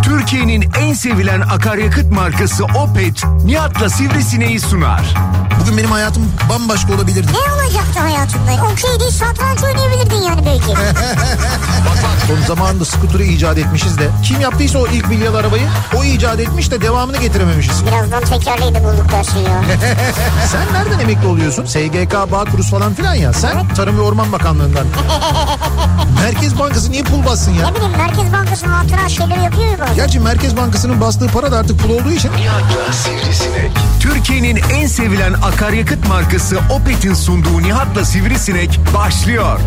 Türkiye'nin en sevilen akaryakıt markası Opet, Nihat'la Sivrisineği sunar. Bugün benim hayatım bambaşka olabilirdi. Ne olacaktı hayatında? Okey değil, satranç oynayabilirdin yani belki. Son zamanında skuturu icat etmişiz de. Kim yaptıysa o ilk milyalı arabayı o icat etmiş de devamını getirememişiz. Birazdan tekerleği de bulduk dersin ya. Sen nereden emekli oluyorsun? SGK, Bağkuruz falan filan ya. Sen evet. Tarım ve Orman Bakanlığı'ndan. Merkez Bankası niye pul bassın ya? Ne bileyim, Merkez Bankası hatıra şeyleri yapıyor ya bazen. Gerçi Merkez Bankası'nın bastığı para da artık pul olduğu için. Nihat'la Sivrisinek. Türkiye'nin en sevilen akaryakıt markası Opet'in sunduğu Nihat'la Sivrisinek başlıyor.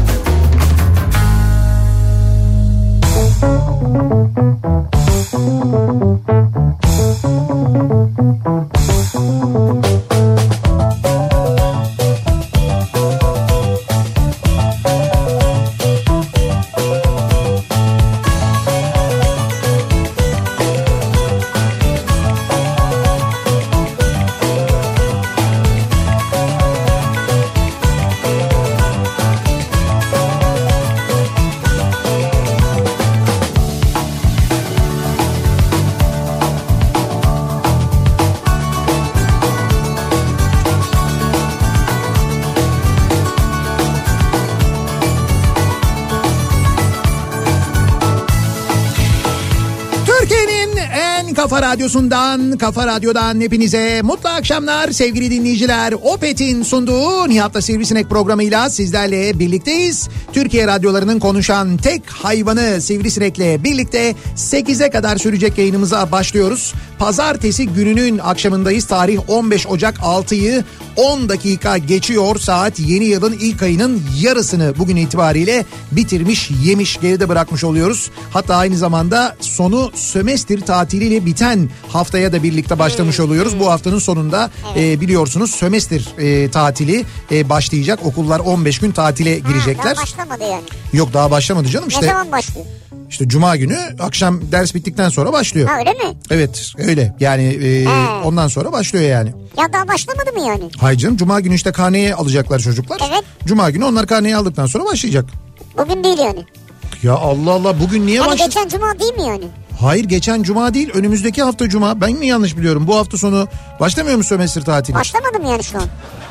Kafa Radyosu'ndan, Kafa Radyo'dan hepinize mutlu akşamlar sevgili dinleyiciler. Opet'in sunduğu Nihat'la Sivrisinek programıyla sizlerle birlikteyiz. Türkiye radyolarının konuşan tek hayvanı Sivrisinek'le birlikte 8'e kadar sürecek yayınımıza başlıyoruz. Pazartesi gününün akşamındayız. Tarih 15 Ocak, 6'yı 10 dakika geçiyor saat. Yeni yılın ilk ayının yarısını bugün itibariyle bitirmiş, yemiş, geride bırakmış oluyoruz. Hatta aynı zamanda sonu sömestr tatiliyle biten haftaya da birlikte başlamış oluyoruz. Bu haftanın sonunda biliyorsunuz sömestr tatili başlayacak. Okullar 15 gün tatile girecekler. Daha başlamadı yani. Yok, daha başlamadı canım. Ne zaman başlıyor? İşte Cuma günü akşam ders bittikten sonra başlıyor. Ha, öyle mi? Evet, öyle yani ondan sonra başlıyor yani. Ya daha başlamadı mı yani? Hayır canım, Cuma günü işte karneyi alacaklar çocuklar. Evet. Cuma günü onlar karneyi aldıktan sonra başlayacak. Bugün değil yani. Ya Allah Allah, bugün niye başladı? Geçen Cuma değil mi yani? Hayır, geçen Cuma değil, önümüzdeki hafta Cuma. Ben mi yanlış biliyorum? Bu hafta sonu başlamıyor mu sömestr tatili? Başlamadım yani şu an.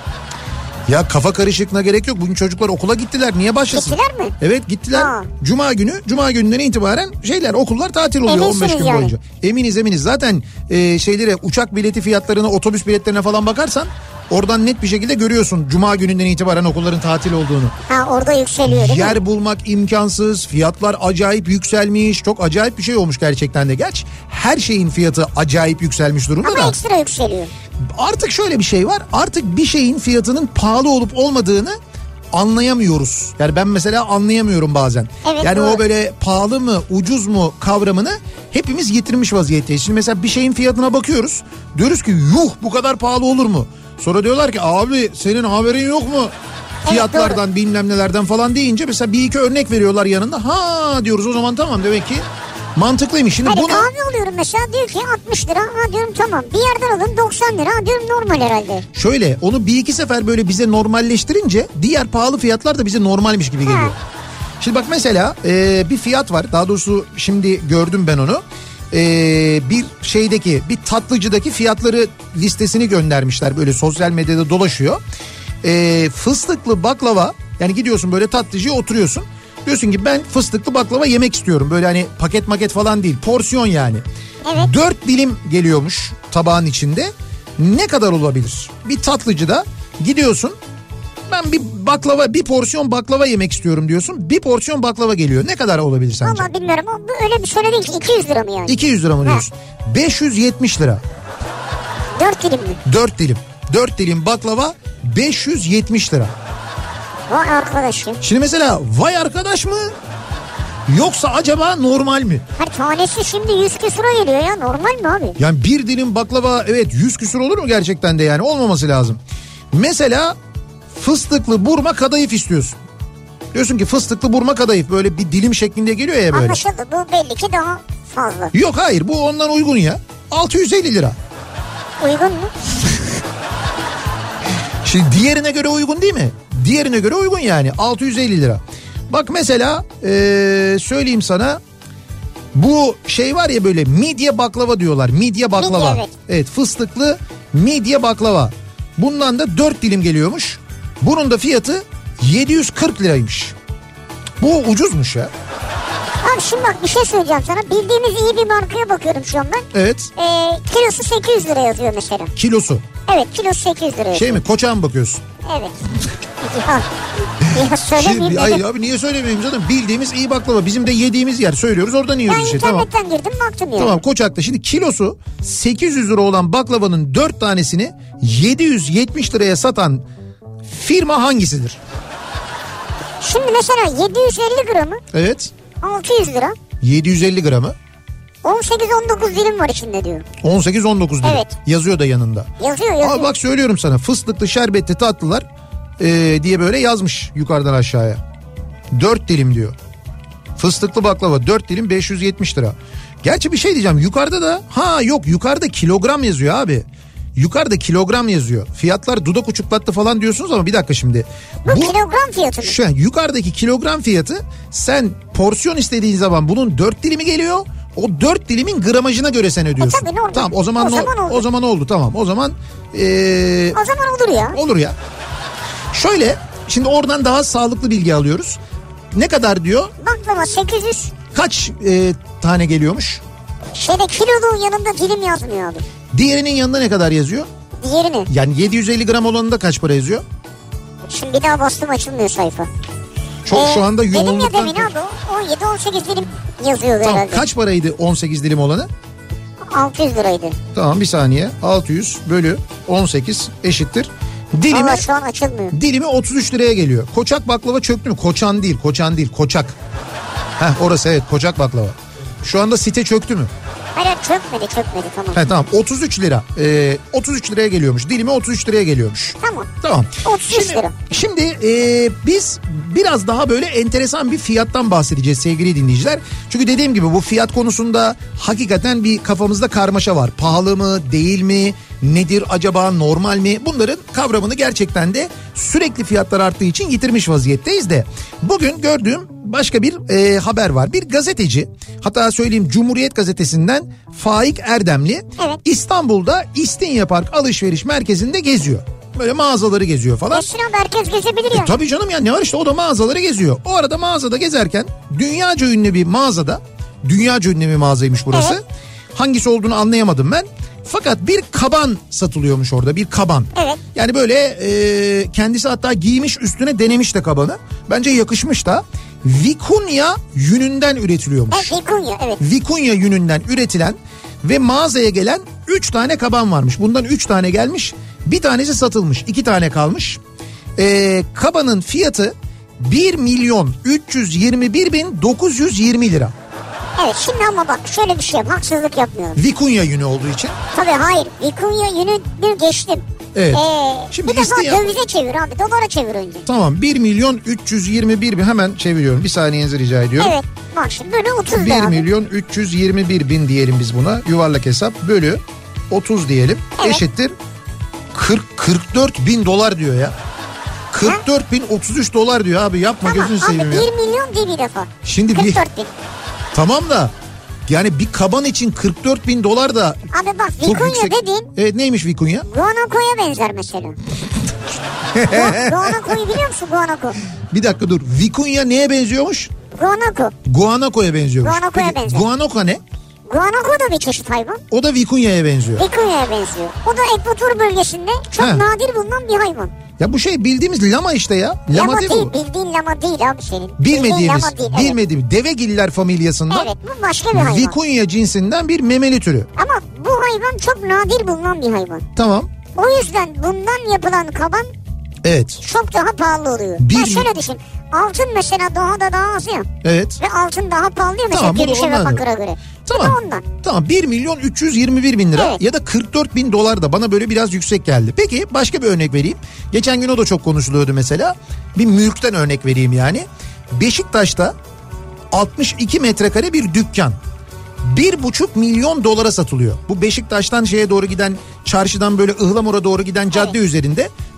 Ya kafa karışıklığına gerek yok. Bugün çocuklar okula gittiler. Niye başlasın? Gittiler mi? Evet, gittiler. Ha. Cuma gününden itibaren okullar tatil oluyor. Eminsiniz 15 gün yani. boyunca. Eminiz. Zaten uçak bileti fiyatlarına, otobüs biletlerine falan bakarsan oradan net bir şekilde görüyorsun Cuma gününden itibaren okulların tatil olduğunu. Ha, orada yükseliyor değil Yer mi? bulmak imkansız. Fiyatlar acayip yükselmiş. Çok acayip bir şey olmuş gerçekten de. Gerçi her şeyin fiyatı acayip yükselmiş durumda ama da. Ama ekstra yükseliyor. Artık şöyle bir şey var. Artık bir şeyin fiyatının pahalı olup olmadığını anlayamıyoruz. Yani ben mesela anlayamıyorum bazen. Evet, yani doğru. O böyle pahalı mı ucuz mu kavramını hepimiz yitirmiş vaziyetteyiz. Şimdi mesela bir şeyin fiyatına bakıyoruz. Diyoruz ki yuh, bu kadar pahalı olur mu? Sonra diyorlar ki abi senin haberin yok mu? Fiyatlardan, evet, bilmem nelerden falan deyince mesela bir iki örnek veriyorlar yanında. Ha diyoruz, o zaman tamam, demek ki mantıklıymış. Şimdi hani buna... kahve alıyorum mesela, diyor ki 60 lira. Ha diyorum tamam. Bir yerden alın 90 lira. Ha diyorum normal herhalde. Şöyle, onu bir iki sefer böyle bize normalleştirince diğer pahalı fiyatlar da bize normalmiş gibi geliyor. Şimdi bak mesela bir fiyat var. Daha doğrusu şimdi gördüm ben onu. Bir tatlıcıdaki fiyatları listesini göndermişler. Böyle sosyal medyada dolaşıyor. Fıstıklı baklava, yani gidiyorsun böyle tatlıcıya oturuyorsun. Diyorsun ki ben fıstıklı baklava yemek istiyorum. Böyle hani paket falan değil, porsiyon yani. Evet. 4 dilim geliyormuş tabağın içinde. Ne kadar olabilir? Bir tatlıcıda gidiyorsun. Ben bir porsiyon baklava yemek istiyorum diyorsun. Bir porsiyon baklava geliyor. Ne kadar olabilir sence? Vallahi bilmiyorum. Öyle bir söyle değil ki. 200 lira mı yani? 200 lira mı diyorsun? 570 lira. 4 dilim mi? 4 dilim. 4 dilim baklava 570 lira. Vay arkadaşım. Şimdi mesela vay arkadaş mı? Yoksa acaba normal mi? Her tanesi şimdi 100 küsura geliyor ya. Normal mi abi? Yani bir dilim baklava 100 küsur olur mu gerçekten de yani? Olmaması lazım. Mesela fıstıklı burma kadayıf istiyorsun. Diyorsun ki fıstıklı burma kadayıf böyle bir dilim şeklinde geliyor ya böyle. Anlaşıldı, bu belli ki daha fazla. Yok hayır, bu ondan uygun ya. 650 lira. Uygun mu? Şimdi diğerine göre uygun değil mi? Diğerine göre uygun yani 650 lira. Bak mesela söyleyeyim sana, Bu şey var ya böyle midye baklava diyorlar. Midye baklava. Midye, evet. Evet, fıstıklı midye baklava. Bundan da 4 dilim geliyormuş. Bunun da fiyatı 740 liraymış. Bu ucuzmuş ya. Abi şimdi bak bir şey söyleyeceğim sana. Bildiğimiz iyi bir markaya bakıyorum şu an ben. Evet. Kilosu 800 lira yazıyor mesela. Kilosu. Evet, kilosu 800 lira yazıyor. Şey mi, Koçak'a mı bakıyorsun? Evet. Ya söylemeyeyim Ay dedim. abi niye söylemeyeyim canım? Bildiğimiz iyi baklava. Bizim de yediğimiz yer. Söylüyoruz, oradan yiyoruz Ben işte. Tamam. internetten girdim baktım yani. Tamam, Koçak'ta. Şimdi kilosu 800 lira olan baklavanın 4 tanesini 770 liraya satan firma hangisidir? Şimdi mesela 750 gramı Evet. 600 lira. 750 gramı 18-19 dilim var içinde diyor. 18-19 dilim. Evet. Yazıyor da yanında. Yazıyor. Aa, bak söylüyorum sana, fıstıklı şerbetli tatlılar diye böyle yazmış yukarıdan aşağıya. 4 dilim diyor. Fıstıklı baklava 4 dilim 570 lira. Gerçi bir şey diyeceğim, yukarıda da yukarıda kilogram yazıyor abi. Yukarıda kilogram yazıyor. Fiyatlar dudak uçuklattı falan diyorsunuz ama bir dakika şimdi. Bu kilogram fiyatı mı? Şu yukarıdaki kilogram fiyatı, sen porsiyon istediğin zaman bunun 4 dilimi geliyor. O 4 dilimin gramajına göre sen ödüyorsun. Tabii, normal. Tamam o zaman oldu tamam. O zaman O zaman olur ya. olur ya. Şöyle şimdi oradan daha sağlıklı bilgi alıyoruz. Ne kadar diyor? Baklava 800. Kaç tane geliyormuş? Şeyde kiloluğun yanında dilim yazmıyor abi. Diğerinin yanında ne kadar yazıyor? Diğerini. Yani 750 gram olanında kaç para yazıyor? Şimdi bir daha bastım, açılmıyor sayfa. Şu anda dedim ya yoğunluktan... demin abi, 17-18 dilim yazıyor Tamam, herhalde. kaç paraydı 18 dilim olanı? 600 liraydı. Tamam, bir saniye. 600 bölü 18 eşittir. Ama şu an açılmıyor. Dilimi 33 liraya geliyor. Koçak baklava çöktü mü? Koçak değil. Koçak. Orası evet, Koçak baklava. Şu anda site çöktü mü? Hayır, çökmedi tamam. Tamam 33 lira. 33 liraya geliyormuş. Dilimi 33 liraya geliyormuş. Tamam. 33 lira. Şimdi biz biraz daha böyle enteresan bir fiyattan bahsedeceğiz sevgili dinleyiciler. Çünkü dediğim gibi bu fiyat konusunda hakikaten bir kafamızda karmaşa var. Pahalı mı, değil mi? Nedir acaba, normal mi? Bunların kavramını gerçekten de sürekli fiyatlar arttığı için yitirmiş vaziyetteyiz de. Bugün gördüğüm başka bir haber var. Bir gazeteci, hatta söyleyeyim Cumhuriyet Gazetesi'nden Faik Erdemli, evet, İstanbul'da İstinye Park alışveriş merkezinde geziyor. Böyle mağazaları geziyor falan. Abi herkes gezebilir yani. Tabii canım ya, ne var işte, o da mağazaları geziyor. O arada mağazada gezerken dünyaca ünlü bir mağazaymış burası. Evet. Hangisi olduğunu anlayamadım ben. Fakat bir kaban satılıyormuş orada, bir kaban. Evet. Yani böyle kendisi hatta giymiş, üstüne denemiş de kabanı. Bence yakışmış da. Vikunya yününden üretiliyormuş. Vikunya, evet. Vikunya yününden üretilen ve mağazaya gelen 3 tane kaban varmış. Bundan 3 tane gelmiş, bir tanesi satılmış, 2 tane kalmış. Kabanın fiyatı 1.321.920 lira. Evet, şimdi ama bak şöyle bir şey yap, haksızlık yapmıyorum. Vikunya yünü olduğu için. Tabii hayır, Vikunya yününü geçtim. Evet. Şimdi bir defa dövize çevir abi, dolara çevir önce. Tamam, 1.321.000 hemen çeviriyorum. Bir saniyenizi rica ediyorum. Evet, bak şimdi böyle 30 lira 1.321.000 diyelim biz buna. Yuvarlak hesap bölü 30 diyelim. Evet. Eşittir 44.000 dolar diyor ya. 44.033 dolar diyor abi, yapma tamam, gözünü seveyim ya. Abi 1 milyon değil bir defa. Şimdi 44.000. Tamam da yani bir kaban için 44.000 dolar da. Abi bak Vikunya dediğin. Evet, neymiş Vikunya? Guanaco'ya benzer mesela. Guanaco'yu biliyor musun, Guanaco? Bir dakika dur, Vikunya neye benziyormuş? Guanaco'ya benziyormuş. Guanaco'ya benzer. Guanaco ne? Guanaco da bir çeşit hayvan. O da Vikunya'ya benziyor. Vikunya'ya benziyor. O da ekvator bölgesinde çok nadir bulunan bir hayvan. Ya bu şey bildiğimiz lama işte ya. Lama değil, bildiğin lama değil abi senin. Bilmediğimiz evet. devegiller familyasından. Evet, bu başka bir hayvan. Vikunya cinsinden bir memeli türü. Ama bu hayvan çok nadir bulunan bir hayvan. Tamam. O yüzden bundan yapılan kaban evet, çok daha pahalı oluyor. Ya şöyle düşün. Altın mesela doğada daha az ya. Evet. Ve altın daha pahalı ya mesela gümüşe ve bakıra göre. Tamam. Tamam, 1.321.000 lira, evet, ya da 44.000 dolar da bana böyle biraz yüksek geldi. Peki başka bir örnek vereyim. Geçen gün o da çok konuşuluyordu mesela. Bir mülkten örnek vereyim yani. Beşiktaş'ta 62 metrekare bir dükkan 1,5 milyon dolara satılıyor. Bu Beşiktaş'tan şeye doğru giden, çarşıdan böyle Ihlamur'a doğru giden cadde üzerinde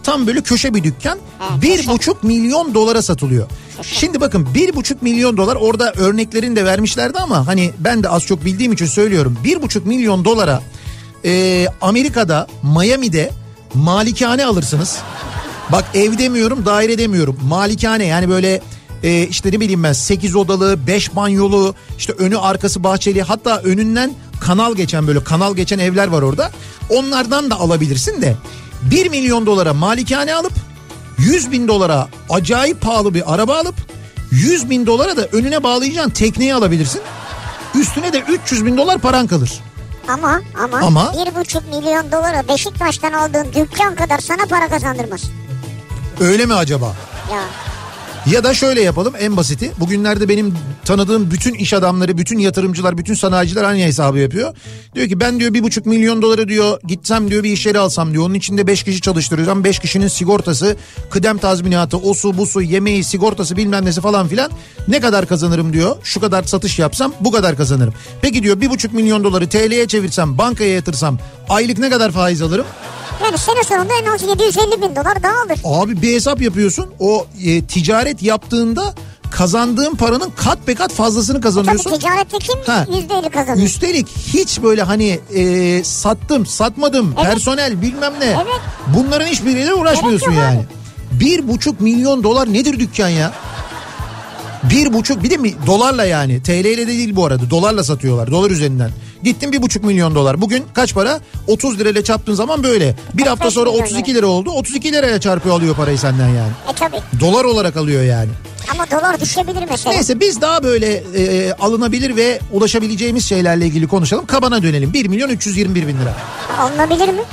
Tam böyle köşe bir dükkan. Evet, 1,5 milyon dolara satılıyor. Şimdi bakın 1,5 milyon dolar, orada örneklerini de vermişlerdi ama hani ben de az çok bildiğim için söylüyorum. 1,5 milyon dolara Amerika'da Miami'de malikane alırsınız. Bak ev demiyorum, daire demiyorum, malikane, yani böyle işte ne bileyim ben 8 odalı 5 banyolu, işte önü arkası bahçeli, hatta önünden kanal geçen, böyle kanal geçen evler var orada. Onlardan da alabilirsin de 1 milyon dolara malikane alıp 100 bin dolara acayip pahalı bir araba alıp 100 bin dolara da önüne bağlayacağın tekneyi alabilirsin. Üstüne de 300 bin dolar paran kalır. Ama 1,5 milyon dolara Beşiktaş'tan aldığın dükkan kadar sana para kazandırmaz. Öyle mi acaba? Ya. Ya da şöyle yapalım, en basiti. Bugünlerde benim tanıdığım bütün iş adamları, bütün yatırımcılar, bütün sanayiciler aynı hesabı yapıyor. Diyor ki ben diyor 1,5 milyon dolara diyor gitsem diyor bir iş yeri alsam diyor. Onun içinde 5 kişi çalıştıracağım. 5 kişinin sigortası, kıdem tazminatı, o su bu su, yemeği, sigortası bilmem nesi falan filan. Ne kadar kazanırım diyor. Şu kadar satış yapsam bu kadar kazanırım. Peki diyor 1,5 milyon doları TL'ye çevirsem, bankaya yatırsam aylık ne kadar faiz alırım? Yani sene sonunda en az 750 bin dolar daha alır. Abi bir hesap yapıyorsun. O ticaret yaptığında kazandığın paranın kat be kat fazlasını kazanıyorsun. Tabii ticarette kim %50 kazanıyor? Üstelik hiç böyle hani sattım, satmadım, evet, personel bilmem ne. Evet. Bunların hiçbiriyle uğraşmıyorsun yani. 1,5 milyon dolar nedir dükkan ya? 1,5, bir de mi dolarla, yani TL ile de değil bu arada, dolarla satıyorlar, dolar üzerinden. Gittim 1,5 milyon dolar. Bugün kaç para? 30 lirayla çarptığın zaman böyle. Bir hafta sonra 32 lira oldu. 32 liraya çarpıyor, alıyor parayı senden yani. Tabii. Dolar olarak alıyor yani. Ama dolar düşebilir mesela. Neyse biz daha böyle alınabilir ve ulaşabileceğimiz şeylerle ilgili konuşalım. Kabana dönelim. 1 milyon 321 bin lira. Alınabilir mi?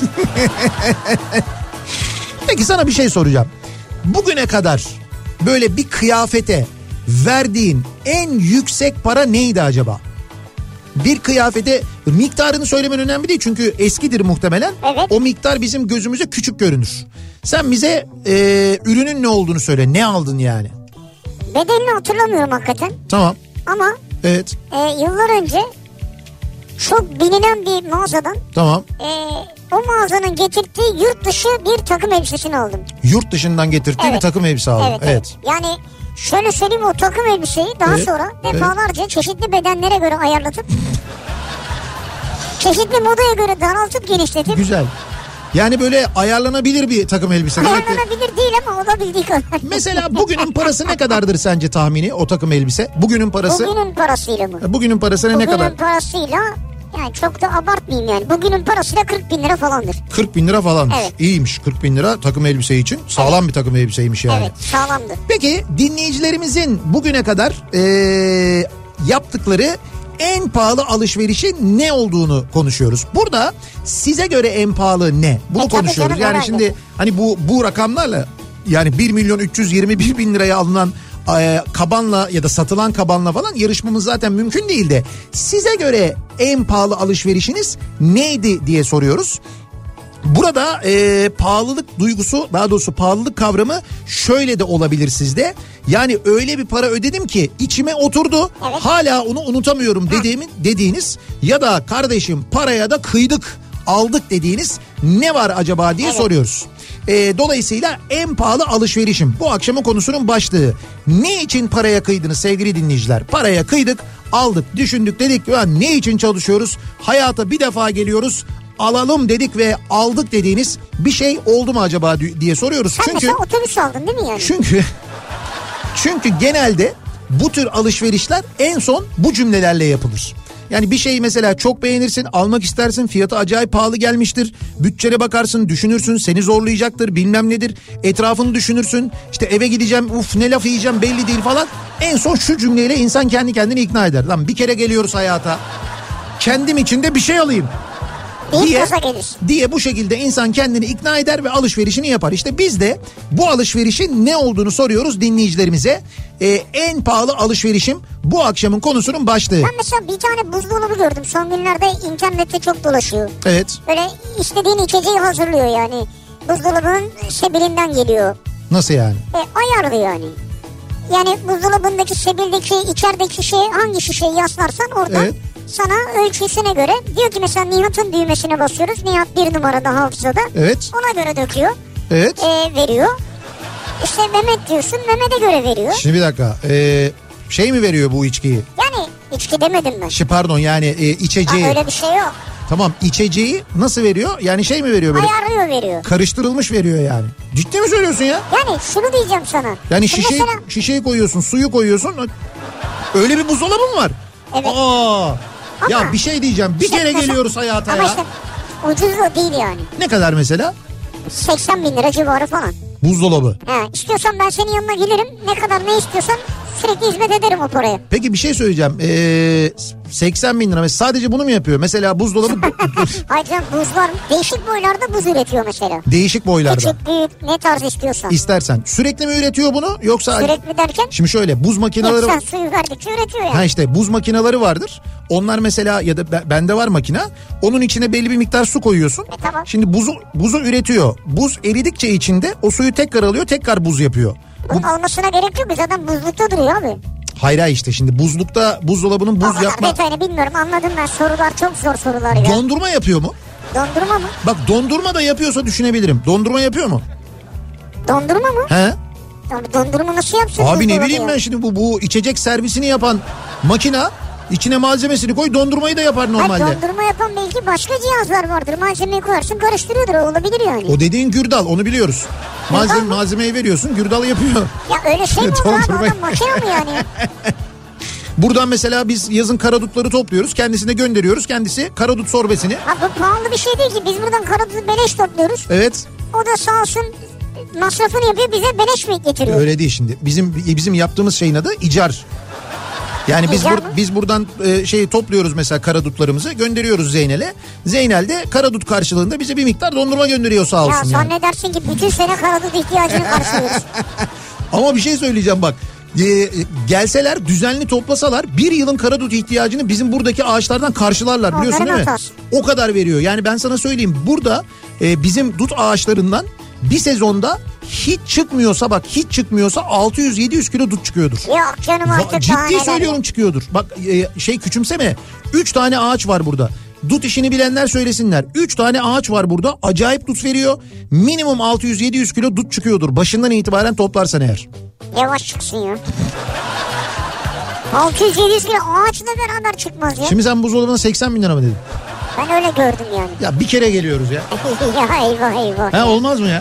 Peki sana bir şey soracağım. Bugüne kadar böyle bir kıyafete verdiğin en yüksek para neydi acaba? Bir kıyafete miktarını söylemen önemli değil çünkü eskidir muhtemelen. Evet. O miktar bizim gözümüze küçük görünür. Sen bize ürünün ne olduğunu söyle. Ne aldın yani? Bedelini hatırlamıyorum hakikaten. Tamam. Ama evet. Yıllar önce çok bilinen bir mağazadan. Tamam. O mağazanın getirdiği yurt dışı bir takım elbisesini aldım. Yurt dışından getirdiği bir takım elbise aldın. Evet. Yani şöyle söyleyeyim, o takım elbiseyi daha sonra defalarca çeşitli bedenlere göre ayarlatıp çeşitli modaya göre daraltıp genişletip. Güzel. Yani böyle ayarlanabilir bir takım elbise. Ayarlanabilir değil ama olabildiği kadar. Mesela bugünün parası ne kadardır sence tahmini o takım elbise? Bugünün parası? Bugünün parasıyla mı? Bugünün parası ne kadar? Bugünün parasıyla yani çok da abartmayayım yani. Bugünün parasıyla 40 bin lira falandır. 40 bin lira falandır. Evet. İyiymiş 40 bin lira takım elbise için. Sağlam bir takım elbiseymiş yani. Evet, sağlamdır. Peki dinleyicilerimizin bugüne kadar yaptıkları en pahalı alışverişin ne olduğunu konuşuyoruz. Burada size göre en pahalı ne? Bunu konuşuyoruz. Canım, yani herhalde. şimdi hani bu rakamlarla, yani 1 milyon 321 bin liraya alınan kabanla ya da satılan kabanla falan yarışmamız zaten mümkün değil de size göre en pahalı alışverişiniz neydi diye soruyoruz. Burada pahalılık duygusu, daha doğrusu pahalılık kavramı şöyle de olabilir sizde. Yani öyle bir para ödedim ki içime oturdu. Evet. Hala onu unutamıyorum dediğiniz ya da kardeşim paraya da kıydık, aldık dediğiniz ne var acaba diye soruyoruz. Dolayısıyla en pahalı alışverişim bu akşamın konusunun başlığı. Ne için paraya kıydınız sevgili dinleyiciler? Paraya kıydık, aldık, düşündük, dedik ya ne için çalışıyoruz? Hayata bir defa geliyoruz. Alalım dedik ve aldık dediğiniz bir şey oldu mu acaba diye soruyoruz. Sen çünkü mesela otobüs aldın değil mi yani? Çünkü genelde bu tür alışverişler en son bu cümlelerle yapılır. Yani bir şeyi mesela çok beğenirsin, almak istersin, fiyatı acayip pahalı gelmiştir. Bütçene bakarsın, düşünürsün, seni zorlayacaktır, bilmem nedir. Etrafını düşünürsün, işte eve gideceğim, ne laf yiyeceğim belli değil falan. En son şu cümleyle insan kendi kendini ikna eder. Lan bir kere geliyoruz hayata, kendim için de bir şey alayım diye bu şekilde insan kendini ikna eder ve alışverişini yapar. İşte biz de bu alışverişin ne olduğunu soruyoruz dinleyicilerimize. En pahalı alışverişim bu akşamın konusunun başlığı. Ben mesela bir tane buzdolabı gördüm. Son günlerde internette çok dolaşıyor. Evet. Böyle istediğin içeceği hazırlıyor yani. Buzdolabının sebilinden geliyor. Nasıl yani? Ayarlı yani. Yani buzdolabındaki sebildeki içerideki hangi şişeyi yaslarsan oradan sana ölçüsüne göre diyor ki mesela Nihat'ın düğmesine basıyoruz. Nihat 1 numarada hafızada. Evet. Ona göre döküyor. Evet. Veriyor. İşte Mehmet diyorsun, Mehmet'e göre veriyor. Şimdi bir dakika. Şey mi veriyor bu içkiyi? Yani içki demedim ben. Pardon yani içeceği. Öyle bir şey yok. Tamam, içeceği nasıl veriyor? Yani şey mi veriyor böyle? Ayarlıyor veriyor. Karıştırılmış veriyor yani. Ciddi mi söylüyorsun ya? Yani şunu diyeceğim sana. Yani Şimdi şişeyi koyuyorsun, suyu koyuyorsun. Öyle bir buzdolabı mı var? Evet. Ya bir şey diyeceğim. Bir kere geliyoruz hayata ama ya. Ama işte ucuz da değil yani. Ne kadar mesela? 80 bin lira civarı falan. Buzdolabı. İstiyorsan ben senin yanına gelirim. Ne kadar ne istiyorsan sürekli hizmet ederim o paraya. Peki bir şey söyleyeceğim. 80 bin lira mesela sadece bunu mu yapıyor? Mesela buzdolabı... Hayır canım, buzlar değişik boylarda buz üretiyor mesela. Değişik boylarda. Küçük, büyük, ne tarz istiyorsan. İstersen. Sürekli mi üretiyor bunu yoksa... Sürekli derken? Şimdi şöyle buz makineleri... Sen suyu verdikçe üretiyor yani. İşte buz makineleri vardır. Onlar mesela ya da bende var makine. Onun içine belli bir miktar su koyuyorsun. Tamam. Şimdi buzu üretiyor. Buz eridikçe içinde o suyu tekrar alıyor, tekrar buz yapıyor. Bunun almasına gerek yok. Zaten buzlukta duruyor abi. Hayır işte şimdi buzlukta buzdolabının buz yapma... detayını bilmiyorum, anladım ben, sorular çok zor sorular ya. Dondurma yapıyor mu? Dondurma mı? Bak dondurma da yapıyorsa düşünebilirim. Dondurma yapıyor mu? Dondurma mı? He? Dondurma nasıl yapsın? Abi ne bileyim ben şimdi bu içecek servisini yapan makina içine malzemesini koy, dondurmayı da yapar normalde. Hayır, dondurma yapan belki başka cihazlar vardır. Malzemeyi koyarsın, karıştırıyordur, o olabilir yani. O dediğin gürdal, onu biliyoruz. Malzemeyi veriyorsun, gürdal yapıyor. Ya öyle şey mi olur abi, adam makine mi yani? Buradan mesela biz yazın karadutları topluyoruz. Kendisine gönderiyoruz. Kendisi karadut sorbesini. Ha, bu pahalı bir şey değil ki. Biz buradan karadutu beleş topluyoruz. Evet. O da sağ olsun masrafını yapıyor, bize beleş mi getiriyor? Öyle değil şimdi. Bizim yaptığımız şeyin adı icar. Yani biz buradan topluyoruz mesela karadutlarımızı, gönderiyoruz Zeynel'e. Zeynel de karadut karşılığında bize bir miktar dondurma gönderiyor sağ olsun. Ya zannedersin ki bütün sene karadut ihtiyacını karşılıyoruz. Ama bir şey söyleyeceğim bak. Gelseler, düzenli toplasalar bir yılın karadut ihtiyacını bizim buradaki ağaçlardan karşılarlar, biliyorsun değil mi? O kadar veriyor. Yani ben sana söyleyeyim, burada bizim dut ağaçlarından bir sezonda hiç çıkmıyorsa 600-700 kilo dut çıkıyordur. Yok canım, artık ciddi söylüyorum, çıkıyordur. Bak küçümseme, 3 tane ağaç var burada. Dut işini bilenler söylesinler. 3 tane ağaç var burada. Acayip dut veriyor. Minimum 600-700 kilo dut çıkıyordur. Başından itibaren toplarsan eğer. Yavaş çıksın ya. 600-700 kilo ağaçla beraber çıkmaz ya. Şimdi sen buzdolabına 80 bin lira mı dedin? Ben öyle gördüm yani. Ya bir kere geliyoruz ya. Ya eyvah. Olmaz mı ya?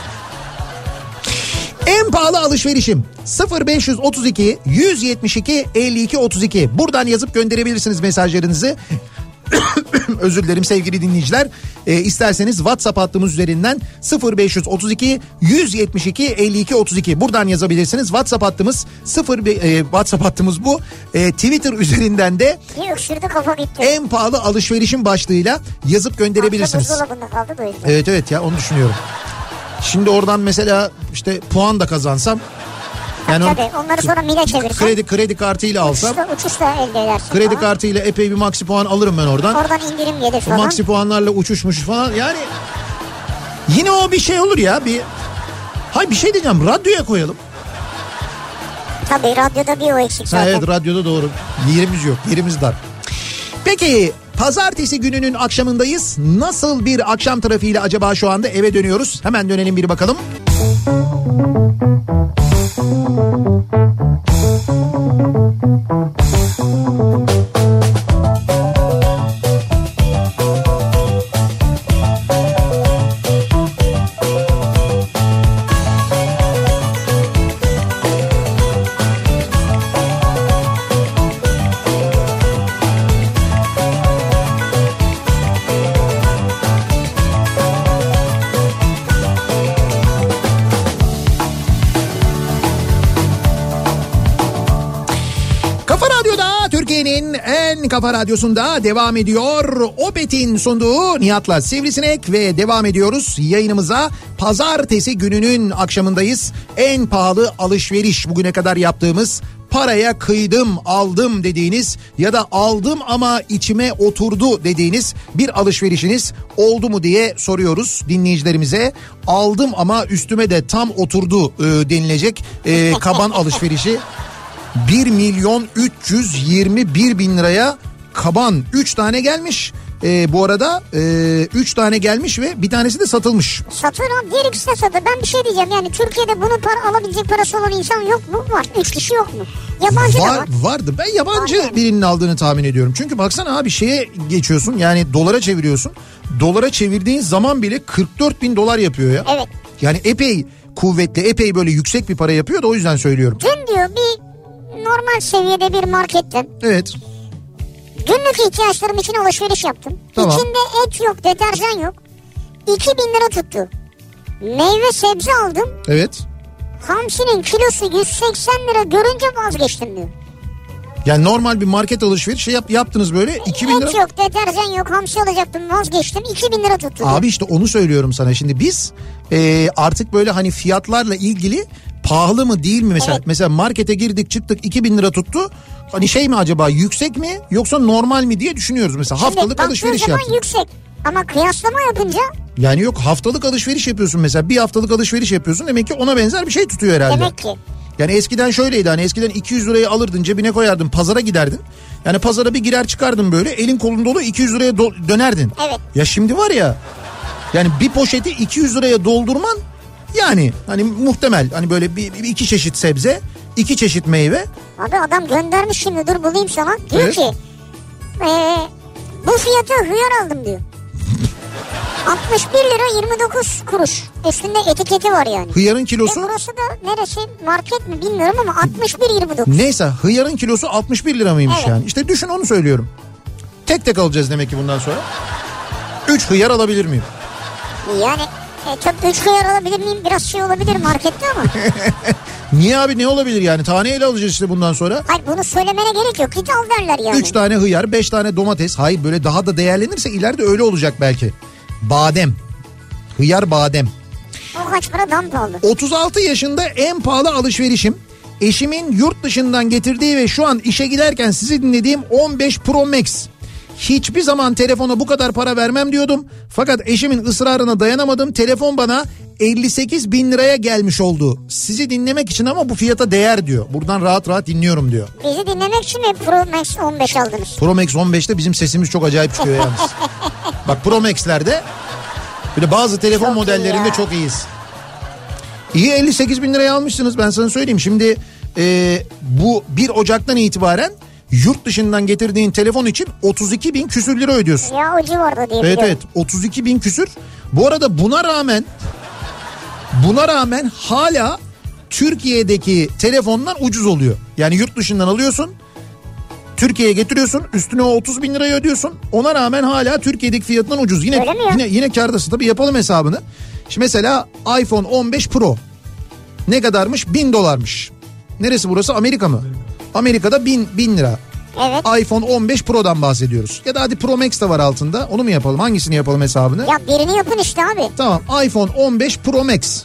En pahalı alışverişim 0532 172 52 32. Buradan yazıp gönderebilirsiniz mesajlarınızı. Özür dilerim sevgili dinleyiciler. İsterseniz WhatsApp hattımız üzerinden 0532 172 52 32. Buradan yazabilirsiniz. WhatsApp hattımız bu. Twitter üzerinden de en pahalı alışverişim başlığıyla yazıp gönderebilirsiniz. Kaldı da evet ya, onu düşünüyorum. Şimdi oradan mesela işte puan da kazansam. Yani tabii onları sonra mile çevirsen. Kredi kartıyla alsam. Uçuşla elde edersin. Kredi kartıyla epey bir maxi puan alırım ben oradan. Oradan indirim gelir falan. O maxi puanlarla uçuşmuş falan. Yani yine o bir şey olur ya. Bir şey diyeceğim, radyoya koyalım. Tabii radyoda bir o eksik zaten. Evet, radyoda doğru. Yerimiz yok, yerimiz dar. Peki pazartesi gününün akşamındayız. Nasıl bir akşam trafiğiyle acaba şu anda eve dönüyoruz? Hemen dönelim bir bakalım. Kafa Radyosu'nda devam ediyor. Opet'in sunduğu Nihat'la Sivrisinek ve devam ediyoruz yayınımıza. Pazartesi gününün akşamındayız. En pahalı alışveriş bugüne kadar yaptığımız, paraya kıydım aldım dediğiniz ya da aldım ama içime oturdu dediğiniz bir alışverişiniz oldu mu diye soruyoruz dinleyicilerimize. Aldım ama üstüme de tam oturdu denilecek kaban alışverişi. 1.321.000 liraya kaban 3 tane gelmiş. Bu arada 3 tane gelmiş ve bir tanesi de satılmış. Satıyor abi, diğer ikisi de satıyor. Ben bir şey diyeceğim, yani Türkiye'de bunu alabilecek parası olan insan yok mu? Var. 3 kişi yok mu? Yabancı da var. Vardı. Ben yabancı birinin aldığını tahmin ediyorum. Çünkü baksana abi, şeye geçiyorsun, yani dolara çeviriyorsun. Dolara çevirdiğin zaman bile 44 bin dolar yapıyor ya. Evet. Yani epey kuvvetli, epey böyle yüksek bir para yapıyor da o yüzden söylüyorum. Dün diyor bir normal seviyede bir marketten. Evet. Günlük ihtiyaçlarım için alışveriş yaptım. Tamam. İçinde et yok, deterjan yok. 2.000 lira tuttu. Meyve sebze aldım. Evet. Hamsinin kilosu 180 lira görünce vazgeçtim diyor. Yani normal bir market alışverişi yaptınız böyle 2.000 lira. Et yok, deterjan yok, hamsi alacaktım, vazgeçtim, 2.000 lira tuttu diyor. Abi işte onu söylüyorum sana. Şimdi biz artık böyle hani fiyatlarla ilgili pahalı mı değil mi mesela? Evet. Mesela markete girdik çıktık 2.000 lira tuttu. Hani şey mi acaba, yüksek mi yoksa normal mi diye düşünüyoruz mesela. Şimdi haftalık alışveriş yaptık. Şimdi yüksek ama kıyaslama yapınca. Yani yok, haftalık alışveriş yapıyorsun mesela, bir haftalık alışveriş yapıyorsun, demek ki ona benzer bir şey tutuyor herhalde. Demek ki. Yani eskiden şöyleydi, hani eskiden 200 lirayı alırdın cebine koyardın, pazara giderdin. Yani pazara bir girer çıkardın böyle, elin kolun dolu 200 liraya dönerdin. Evet. Ya şimdi var ya, yani bir poşeti 200 liraya doldurman yani hani muhtemel, hani böyle iki çeşit sebze, 2 çeşit meyve. Abi adam göndermiş, şimdi dur bulayım sana. Diyor evet. ki bu fiyata hıyar aldım diyor. 61 lira 29 kuruş. Üstünde etiketi var yani. Hıyarın kilosu? Burası da neresi, market mi bilmiyorum ama 61.29. Neyse, hıyarın kilosu 61 lira mıymış evet. Yani. İşte düşün, onu söylüyorum. Tek tek alacağız demek ki bundan sonra. 3 hıyar alabilir miyim? Yani tabii 3 hıyar alabilir miyim? Biraz şey olabilir markette ama. Niye abi, ne olabilir yani? Taneyle alacağız işte bundan sonra. Hayır, bunu söylemene gerek yok. Git al derler yani. 3 tane hıyar, 5 tane domates. Hayır, böyle daha da değerlenirse ileride öyle olacak belki. Badem. Hıyar, badem. O kaç para, daha pahalı? 36 yaşında en pahalı alışverişim. Eşimin yurt dışından getirdiği ve şu an işe giderken sizi dinlediğim 15 Pro Max. Hiçbir zaman telefona bu kadar para vermem diyordum. Fakat eşimin ısrarına dayanamadım. Telefon bana 58 bin liraya gelmiş oldu. Sizi dinlemek için ama bu fiyata değer diyor. Buradan rahat rahat dinliyorum diyor. Bizi dinlemek için mi Pro Max 15 aldınız? Pro Max 15'te bizim sesimiz çok acayip çıkıyor yalnız. Bak, Pro Max'lerde böyle bazı telefon çok modellerinde çok iyiyiz. İyi, 58 bin liraya almışsınız, ben sana söyleyeyim. Şimdi bu 1 Ocak'tan itibaren yurt dışından getirdiğin telefon için 32 bin küsür lira ödüyorsun. Ya o civarda diye. Evet 32 bin küsür. Bu arada buna rağmen hala Türkiye'deki telefondan ucuz oluyor. Yani yurt dışından alıyorsun, Türkiye'ye getiriyorsun, üstüne o 30 bin lirayı ödüyorsun. Ona rağmen hala Türkiye'deki fiyatından ucuz. Yine kârdasın. Tabii yapalım hesabını. Şimdi mesela iPhone 15 Pro ne kadarmış? $1000'mış. Neresi burası? Amerika mı? Amerika'da 1000 lira. Evet. iPhone 15 Pro'dan bahsediyoruz. Ya da hadi Pro Max de var altında. Onu mu yapalım? Hangisini yapalım hesabını? Ya birini yapın işte abi. Tamam, iPhone 15 Pro Max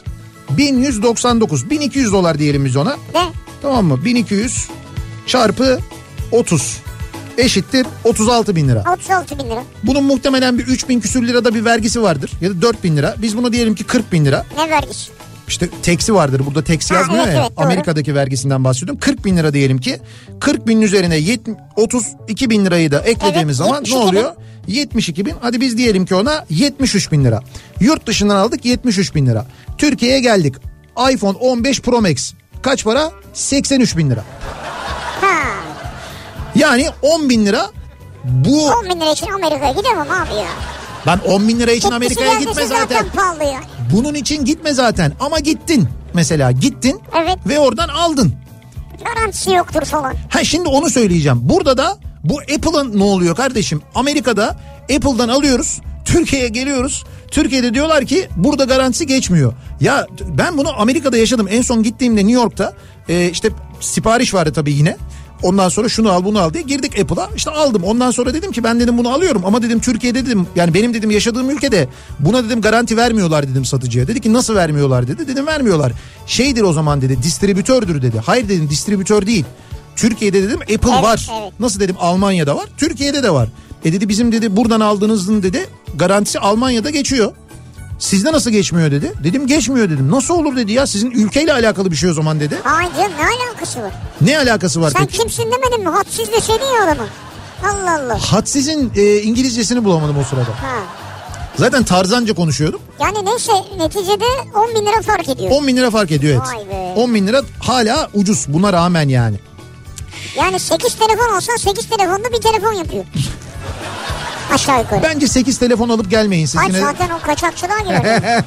1199, 1200 dolar diyelim biz ona. Ne? Tamam mı? 1200 çarpı 30 eşittir 36 bin lira. 36 bin lira. Bunun muhtemelen bir 3000 küsür lirada bir vergisi vardır. Ya da 4000 lira. Biz bunu diyelim ki 40 bin lira. Ne vergisi? İşte teksi vardır. Burada teksi yazmıyor ya. Evet, Amerika'daki vergisinden bahsediyorum. 40 bin lira diyelim ki. 40 binin üzerine 32 bin lirayı da eklediğimiz zaman ne oluyor? 72 bin. Hadi biz diyelim ki ona 73 bin lira. Yurt dışından aldık 73 bin lira. Türkiye'ye geldik. iPhone 15 Pro Max. Kaç para? 83 bin lira. Ha. Yani 10 bin lira. Bu 10 bin lira için Amerika'ya gidemem abi ya. Ben 10 bin lira için Amerika'ya gitme zaten. Pahalı yani. Bunun için gitme zaten ama gittin. Mesela gittin evet. Ve oradan aldın. Garantisi yoktur falan. Şimdi onu söyleyeceğim. Burada da bu Apple'ın ne oluyor kardeşim? Amerika'da Apple'dan alıyoruz. Türkiye'ye geliyoruz. Türkiye'de diyorlar ki burada garantisi geçmiyor. Ya ben bunu Amerika'da yaşadım. En son gittiğimde New York'ta işte sipariş vardı tabii yine. Ondan sonra şunu al bunu al diye girdik Apple'a, işte aldım. Ondan sonra dedim ki ben dedim bunu alıyorum ama dedim Türkiye'de dedim, yani benim dedim yaşadığım ülkede buna dedim garanti vermiyorlar dedim satıcıya. Dedi ki nasıl vermiyorlar dedi. Dedim vermiyorlar. Şeydir o zaman dedi, distribütördür dedi. Hayır dedim, distribütör değil. Türkiye'de dedim Apple var. Evet. Nasıl dedim, Almanya'da var, Türkiye'de de var. Dedi bizim dedi buradan aldığınızın dedi garantisi Almanya'da geçiyor. Sizde nasıl geçmiyor dedi. Dedim geçmiyor dedim. Nasıl olur dedi ya, sizin ülkeyle alakalı bir şey o zaman dedi. Hayır ne alakası var? Ne alakası var sen peki? Kimsin demedin mi? Hadsiz deseydin ya adamı. Allah Allah. Hadsiz'in İngilizcesini bulamadım o sırada. Ha. Zaten Tarzanca konuşuyordum. Yani neyse neticede 10 bin lira fark ediyor. 10 bin lira fark ediyor evet. Vay be. 10 bin lira hala ucuz buna rağmen yani. Yani 8 telefon olsa 8 telefonda bir telefon yapıyor. Aşağı yukarı. Bence 8 telefon alıp gelmeyin siz. Ay yine... zaten o kaçakçılığa girer.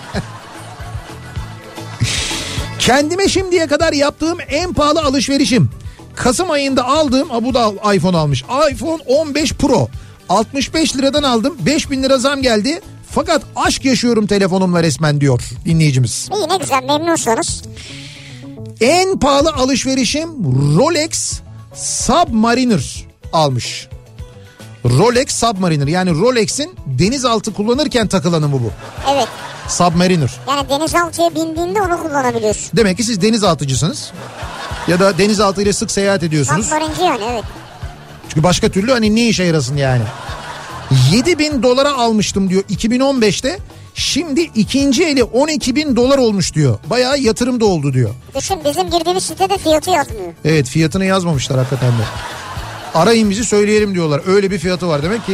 Kendime şimdiye kadar yaptığım en pahalı alışverişim. Kasım ayında aldığım, bu da iPhone almış. iPhone 15 Pro. 65 liradan aldım. 5 bin lira zam geldi. Fakat aşk yaşıyorum telefonumla resmen diyor dinleyicimiz. İyi ne güzel memnunsanız. En pahalı alışverişim Rolex Submariner almış. Rolex Submariner yani Rolex'in denizaltı kullanırken takılanı bu. Evet. Submariner. Yani denizaltıya bindiğinde onu kullanabiliyorsun. Demek ki siz denizaltıcısınız. Ya da denizaltı ile sık seyahat ediyorsunuz. Submarinci yani evet. Çünkü başka türlü hani ne işe yarasın yani. 7.000 dolara almıştım diyor 2015'te. Şimdi ikinci eli 12.000 dolar olmuş diyor. Bayağı yatırım da oldu diyor. Düşün bizim girdiğimiz sitede fiyatı yazmıyor. Evet fiyatını yazmamışlar hakikaten de. Arayın bizi söyleyelim diyorlar. Öyle bir fiyatı var demek ki.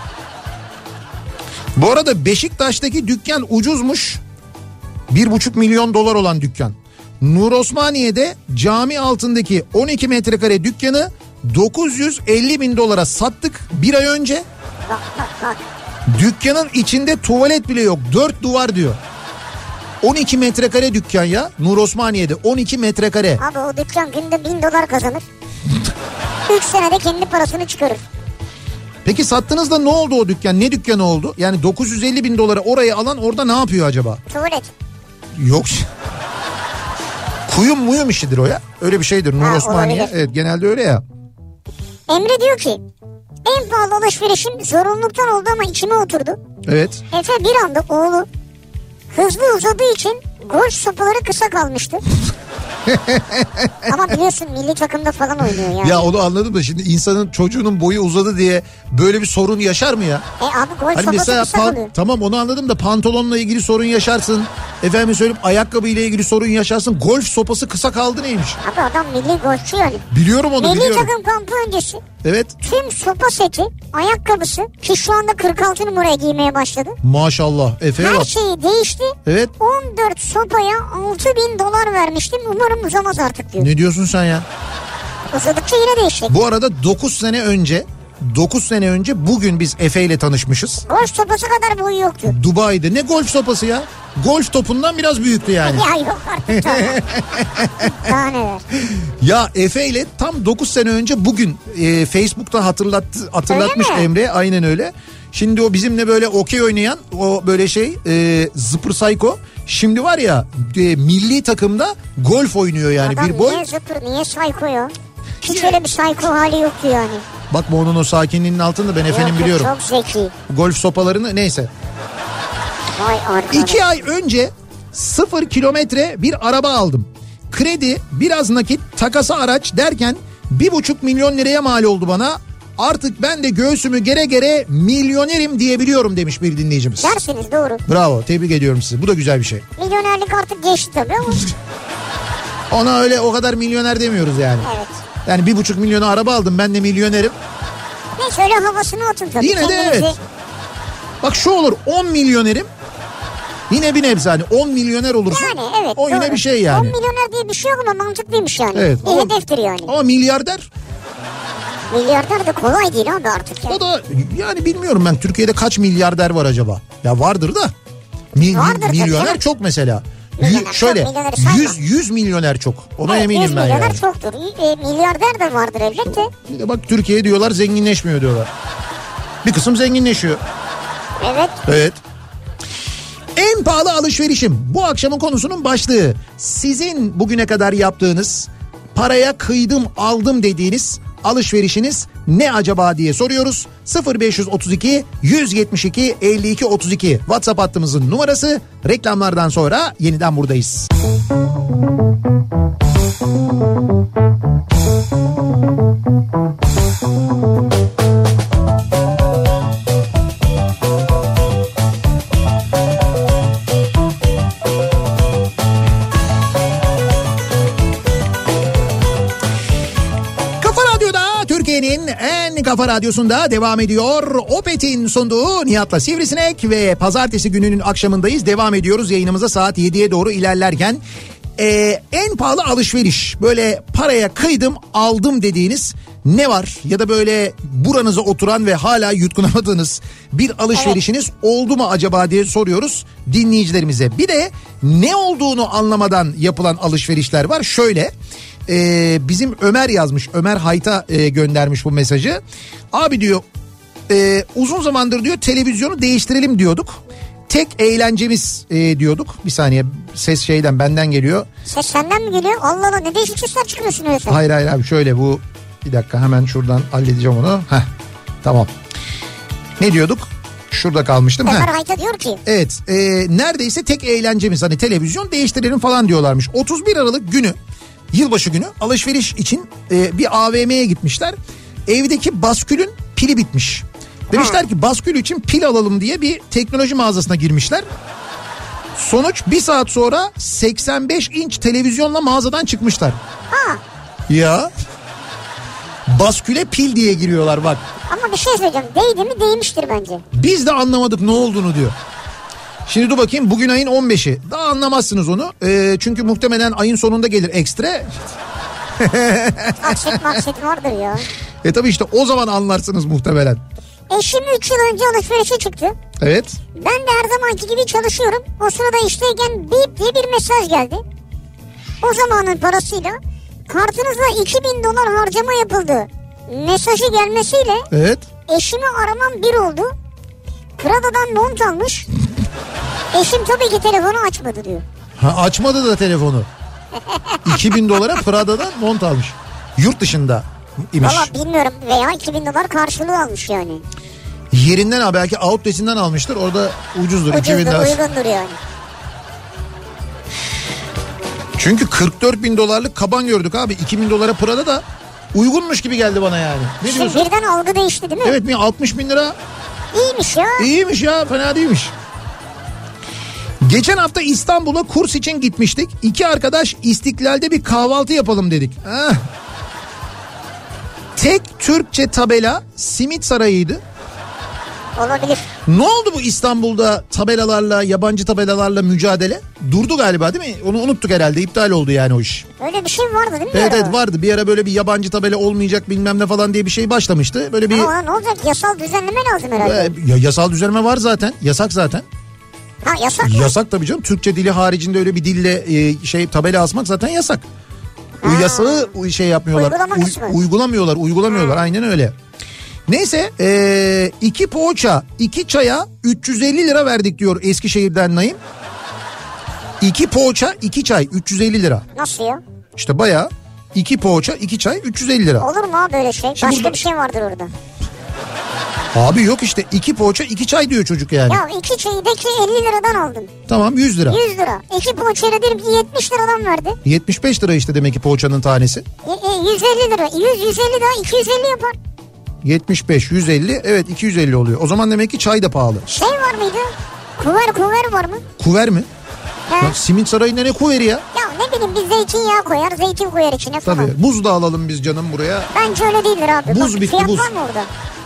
Bu arada Beşiktaş'taki dükkan ucuzmuş. 1,5 milyon dolar olan dükkan. Nur Osmaniye'de cami altındaki 12 metrekare dükkanı 950 bin dolara sattık bir ay önce. Bak. Dükkanın içinde tuvalet bile yok. 4 duvar diyor. 12 metrekare dükkan ya. Nur Osmaniye'de 12 metrekare. Abi o dükkan günde 1000 dolar kazanır. 3 senede kendi parasını çıkarır. Peki sattığınızda ne oldu o dükkan? Ne dükkanı oldu? Yani 950 bin dolara orayı alan orada ne yapıyor acaba? Tuvalet. Yok. Kuyum muyum işidir o ya. Öyle bir şeydir Nur Osmaniye. Olabilir. Evet genelde öyle ya. Emre diyor ki en pahalı alışverişim zorunluluktan oldu ama içime oturdu. Evet. Efe bir anda oğlu hızlı uzadığı için golf sopaları kısa kalmıştı. Ama biliyorsun milli takımda falan oynuyor yani. Ya onu anladım da şimdi insanın çocuğunun boyu uzadı diye böyle bir sorun yaşar mı ya? Abi golf Hani sopası mesela kısa kalıyor. tamam onu anladım da pantolonla ilgili sorun yaşarsın. Efendim söyleyeyim ayakkabı ile ilgili sorun yaşarsın. Golf sopası kısa kaldı neymiş? Abi adam milli golfçü yani. Biliyorum onu Milli biliyorum. takım kampı öncesi Evet. tüm sopa seti, ayakkabısı ki şu anda 46 numaraya giymeye başladı. Maşallah Efe'ye Her bak. şeyi değişti. Evet. 14 sopaya 6.000 dolar vermiştim. Umarım uzamaz artık diyor. Ne diyorsun sen ya? Uzadıkça yine değişecek. Bu arada 9 sene önce bugün biz Efe ile tanışmışız. Golf sopası kadar boyu yoktu. Dubai'de ne golf sopası ya? Golf topundan biraz büyüktü yani. Ya yok artık tamam. Daha neler. Ya Efe ile tam 9 sene önce bugün Facebook'ta hatırlatmış Emre. Aynen öyle. Şimdi o bizimle böyle okey oynayan o böyle zıpır sayko. Şimdi var ya milli takımda golf oynuyor yani. Adam bir boy. niye zıpır niye sayko ya? Hiç öyle bir sayko hali yoktu yani. Bakma onun o sakinliğinin altında ben Efe'nin Yok, biliyorum. Çok zeki. Golf sopalarını neyse. Vay arkadaş. 2 ay önce 0 kilometre bir araba aldım. Kredi biraz nakit takası araç derken 1,5 milyon liraya mal oldu bana. Artık ben de göğsümü gere gere milyonerim diyebiliyorum demiş bir dinleyicimiz. Dersiniz doğru. Bravo tebrik ediyorum sizi bu da güzel bir şey. Milyonerlik artık geçti tabii ama. Ona öyle o kadar milyoner demiyoruz yani. Evet. Yani 1,5 milyona araba aldım ben de milyonerim. Neyse öyle havasını atın tabii. Yine de kendinizi. evet. Bak şu olur 10 milyonerim. Yine bir nebze hani 10 milyoner olursun. Yani evet. O yine doğru. bir şey yani. 10 milyoner diye bir şey yok ama mantıklıymış yani. Evet. Bir hedeftir yani. Ama milyarder Milyarder de kolay değil abi artık ya. o da yani bilmiyorum ben Türkiye'de kaç milyarder var acaba? Ya vardır da. Vardır tabii milyoner canım. çok mesela. Milyoner Şöyle çok, milyoneri sayma. 100 milyoner çok. Ona Evet, eminim 100 ben milyoner yani. çoktur. Milyarder de vardır elbette. Bir de bak Türkiye diyorlar zenginleşmiyor diyorlar. Bir kısım zenginleşiyor. Evet. Evet. En pahalı alışverişim bu akşamın konusunun başlığı. Sizin bugüne kadar yaptığınız paraya kıydım aldım dediğiniz alışverişiniz ne acaba diye soruyoruz. 0532 172 52 32 WhatsApp hattımızın numarası. Reklamlardan sonra yeniden buradayız. Kafa Radyosu'nda devam ediyor. Opet'in sunduğu Nihat'la Sivrisinek ve pazartesi gününün akşamındayız. Devam ediyoruz yayınımıza saat 7'ye doğru ilerlerken. En pahalı alışveriş, böyle paraya kıydım aldım dediğiniz ne var? Ya da böyle buranıza oturan ve hala yutkunamadığınız bir alışverişiniz oldu mu acaba diye soruyoruz dinleyicilerimize. Bir de ne olduğunu anlamadan yapılan alışverişler var. Şöyle bizim Ömer yazmış, Ömer Hayt'a göndermiş bu mesajı. Abi diyor uzun zamandır diyor televizyonu değiştirelim diyorduk. Tek eğlencemiz diyorduk. Bir saniye, ses şeyden, benden geliyor. Ses senden mi geliyor? Allah Allah, ne değişik sesler çıkıyorsun öyle. Hayır abi, şöyle bu, bir dakika hemen şuradan halledeceğim onu. Tamam. Ne diyorduk? Şurada kalmıştım. Ömer Hayta diyor ki. Evet, neredeyse tek eğlencemiz hani televizyon değiştirelim falan diyorlarmış. 31 Aralık günü, yılbaşı günü alışveriş için bir AVM'ye gitmişler. Evdeki baskülün pili bitmiş. Demişler ki baskül için pil alalım diye bir teknoloji mağazasına girmişler. Sonuç, bir saat sonra 85 inç televizyonla mağazadan çıkmışlar. Ya basküle pil diye giriyorlar bak. Ama bir şey söyleyeceğim, değdi mi değmiştir bence. Biz de anlamadık ne olduğunu diyor. Şimdi dur bakayım, bugün ayın 15'i. Daha anlamazsınız onu. Çünkü muhtemelen ayın sonunda gelir ekstra. Aksit vardır ya. Tabii işte o zaman anlarsınız muhtemelen. Eşim 3 yıl önce alışverişe çıktı. Evet. Ben de her zamanki gibi çalışıyorum. O sırada işteyken bip diye bir mesaj geldi. O zamanın parasıyla kartınızla 2000 dolar harcama yapıldı mesajı gelmesiyle evet, eşimi aramam bir oldu. Prada'dan mont almış. Eşim tabii ki telefonu açmadı diyor. Açmadı da telefonu. 2000 dolara Prada'dan mont almış. Yurt dışında imiş. Valla bilmiyorum, veya 2000 dolar karşılığı almış yani. Yerinden abi, belki outletinden almıştır. Orada ucuzdur. Uygundur yani. Çünkü 44 bin dolarlık kaban gördük abi. 2000 dolara Prada da uygunmuş gibi geldi bana yani. Ne şimdi diyorsun? Birden algı değişti değil mi? Evet, 60 bin lira. İyiymiş ya. İyiymiş ya, fena değilmiş. Geçen hafta İstanbul'a kurs için gitmiştik. 2 arkadaş İstiklal'de bir kahvaltı yapalım dedik. Tek Türkçe tabela Simit Sarayı'ydı. Olabilir. Ne oldu bu İstanbul'da tabelalarla, yabancı tabelalarla mücadele? Durdu galiba değil mi? Onu unuttuk herhalde, iptal oldu yani o iş. Öyle bir şey vardı değil mi? Evet vardı. Bir ara böyle bir yabancı tabela olmayacak bilmem ne falan diye bir şey başlamıştı. Böyle bir... Ama ne olacak? Yasal düzenleme lazım herhalde. Yasal düzenleme var zaten. Yasak zaten. Yasak mı? Yasak tabii canım. Türkçe dili haricinde öyle bir dille tabela asmak zaten yasak. O yasağı yapmıyorlar. Uygulamıyorlar. Aynen öyle. Neyse 2 poğaça 2 çaya 350 lira verdik diyor Eskişehir'den Naim. 2 poğaça 2 çay 350 lira. Nasıl ya? İşte bayağı 2 poğaça 2 çay 350 lira. Olur mu abi böyle şey? Şimdi başka bir şey vardır orada. Abi yok işte 2 poğaça 2 çay diyor çocuk yani. Ya 2 çayı da ki 50 liradan aldım. Tamam 100 lira. 100 lira. 2 poğaçayla derim ki 70 liradan verdi. 75 lira işte demek ki poğaçanın tanesi. 150 lira. 150 daha 250 yapar. 75, 150, evet 250 oluyor. O zaman demek ki çay da pahalı. Şey var mıydı? Kuver var mı? Kuver mi? Ya, Simit Sarayı'nda ne kuveri ya? Ya ne bileyim, biz zeytinyağı koyar, zeytin koyar içine falan. Tabii, buz da alalım biz canım buraya. Bence öyle değildir abi. Buz bitti, fiyat buz. var mı orada?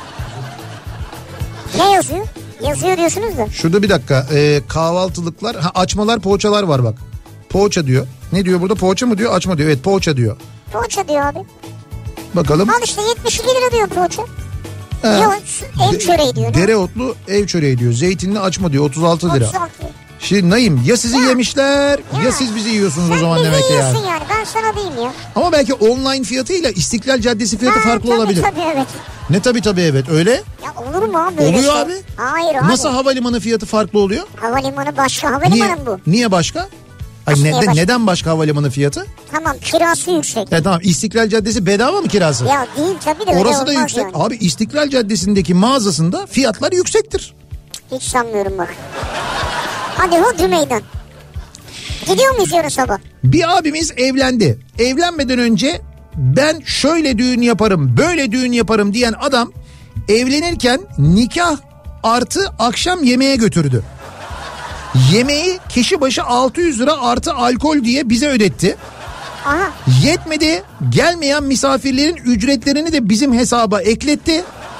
Ne yazıyor? Yazıyor diyorsunuz da. Şurada bir dakika, kahvaltılıklar, açmalar, poğaçalar var bak. Poğaça diyor. Ne diyor burada, poğaça mı diyor, açma diyor. Evet, poğaça diyor. Poğaça diyor abi. Bakalım. Al işte 72 lira diyor poğaça. Yok, ev çöreği diyor. Dereotlu ev çöreği diyor. Zeytinli açma diyor, 36 lira. 36. Şimdi Naim, ya sizi yemişler ya siz bizi yiyorsunuz o zaman demek ki yani. Sen bizi yiyorsun yani, ben sana diyeyim ya. Ama belki online fiyatıyla İstiklal Caddesi fiyatı farklı olabilir. Tabii evet. Ne tabii evet, öyle. Ya olur mu abi böyle oluyor şey? Abi. Hayır abi. Nasıl havalimanı fiyatı farklı oluyor? Havalimanı başka, havalimanı bu. Niye başka? Neden başka havalimanı fiyatı? Tamam, kirası yüksek. Tamam, İstiklal Caddesi bedava mı kirası? Ya değil tabii de öyle orası da yüksek. Yani. Abi İstiklal Caddesi'ndeki mağazasında fiyatlar yüksektir. Hiç sanmıyorum bak. Hadi hodri meydan. Gidiyor muyuz yarın sabah? Bir abimiz evlendi. Evlenmeden önce ben şöyle düğün yaparım, böyle düğün yaparım diyen adam evlenirken nikah artı akşam yemeğe götürdü. Yemeği kişi başı 600 lira artı alkol diye bize ödetti. Aha. Yetmedi, gelmeyen misafirlerin ücretlerini de bizim hesaba ekletti.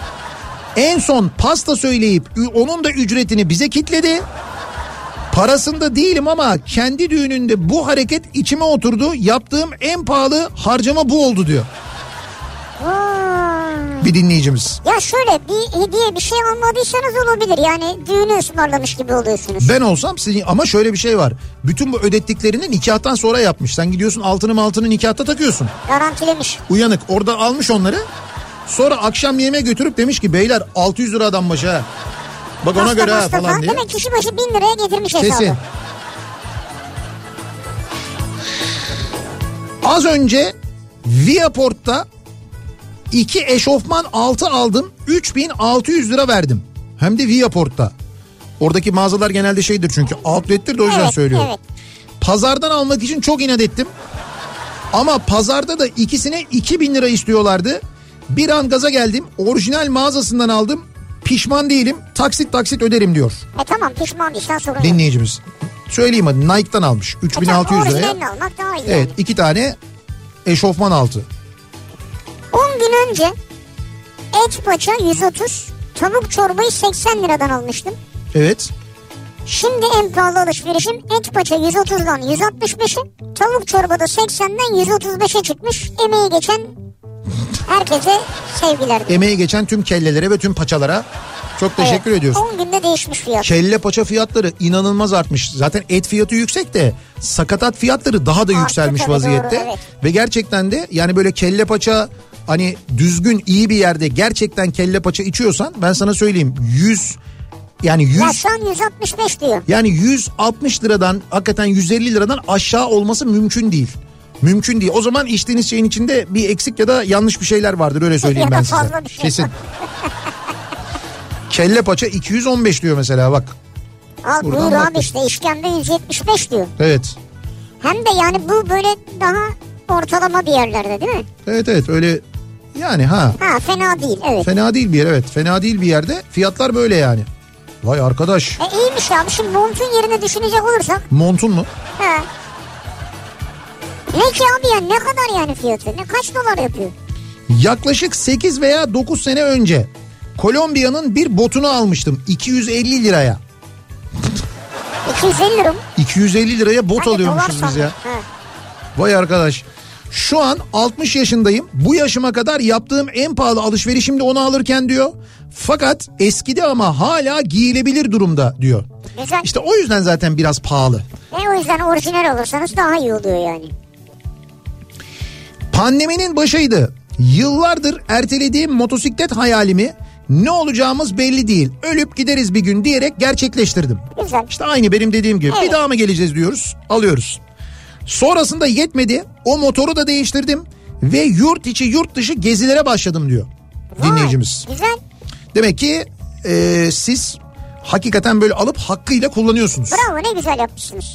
En son pasta söyleyip onun da ücretini bize kitledi. Parasında değilim ama kendi düğününde bu hareket içime oturdu. Yaptığım en pahalı harcama bu oldu diyor. Bir dinleyicimiz. Ya şöyle bir hediye bir şey almadıysanız olabilir. Yani düğünü ısmarlamış gibi oluyorsunuz. Ben olsam sizin ama şöyle bir şey var. Bütün bu ödettiklerini nikahtan sonra yapmış. Sen gidiyorsun altını nikahta takıyorsun. Garantilemiş. Uyanık orada almış onları. Sonra akşam yemeğe götürüp demiş ki beyler 600 lira adam başı ha. Bak ona göre ha falan diye. Demek kişi başı 1000 liraya getirmiş hesabı. Kesin. Az önce Viaport'ta 2 eşofman altı aldım. 3600 lira verdim. Hem de Viaport'ta. Oradaki mağazalar genelde şeydir çünkü outlet'tir de o yüzden söylüyorum. Evet. Pazardan almak için çok inat ettim. Ama pazarda da ikisine 2000 lira istiyorlardı. Bir an gaza geldim. Orijinal mağazasından aldım. Pişman değilim. Taksit öderim diyor. Tamam pişman değilsen sorun yok. Dinleyicimiz. Söyleyeyim hadi Nike'dan almış. 3600 liraya. Orijinalini almak daha iyi. Evet 2 tane eşofman altı. 10 gün önce et paça 130, tavuk çorbayı 80 liradan almıştım. Evet. Şimdi en pahalı alışverişim et paça 130'dan 165'e, tavuk çorbada 80'den 135'e çıkmış. Emeği geçen herkese sevgiler. Emeği geçen tüm kellelere ve tüm paçalara çok teşekkür ediyoruz. 10 günde değişmiş fiyat. Kelle paça fiyatları inanılmaz artmış. Zaten et fiyatı yüksek de sakatat fiyatları daha da yükselmiş vaziyette. Doğru, evet. Ve gerçekten de yani böyle kelle paça hani düzgün iyi bir yerde gerçekten kelle paça içiyorsan ben sana söyleyeyim 100 yani 100. Ya şu an 165 diyor. Yani 160 liradan hakikaten 150 liradan aşağı olması mümkün değil. Mümkün değil. O zaman içtiğiniz şeyin içinde bir eksik ya da yanlış bir şeyler vardır öyle söyleyeyim ben size. Şey kesin. Kelle paça 215 diyor mesela bak. Al buyur abi işte işkembe 175 diyor. Evet. Hem de yani bu böyle daha ortalama bir yerlerde değil mi? Evet öyle yani ha. Ha fena değil evet. Fena değil bir yer evet. Fena değil bir yerde fiyatlar böyle yani. Vay arkadaş. İyiymiş abi şimdi montun yerine düşünecek olursak. Montun mu? Ha. Ne ki abi ya ne kadar yani fiyatı? Kaç dolar yapıyor? Yaklaşık 8 veya 9 sene önce Kolombiya'nın bir botunu almıştım 250 liraya. 250 lira mı? 250 liraya bot alıyormuşuz biz ya. Ha. Vay arkadaş. Şu an 60 yaşındayım. Bu yaşıma kadar yaptığım en pahalı alışverişimde onu alırken diyor. Fakat eskidi ama hala giyilebilir durumda diyor. Güzel. İşte o yüzden zaten biraz pahalı. O yüzden orijinal olursanız daha iyi oluyor yani. Pandeminin başıydı. Yıllardır ertelediğim motosiklet hayalimi ne olacağımız belli değil. Ölüp gideriz bir gün diyerek gerçekleştirdim. Güzel. İşte aynı benim dediğim gibi. Evet. Bir daha mı geleceğiz diyoruz, alıyoruz. Sonrasında yetmedi. O motoru da değiştirdim ve yurt içi yurt dışı gezilere başladım diyor dinleyicimiz. Güzel. Demek ki siz hakikaten böyle alıp hakkıyla kullanıyorsunuz. Bravo ne güzel yapmışsınız.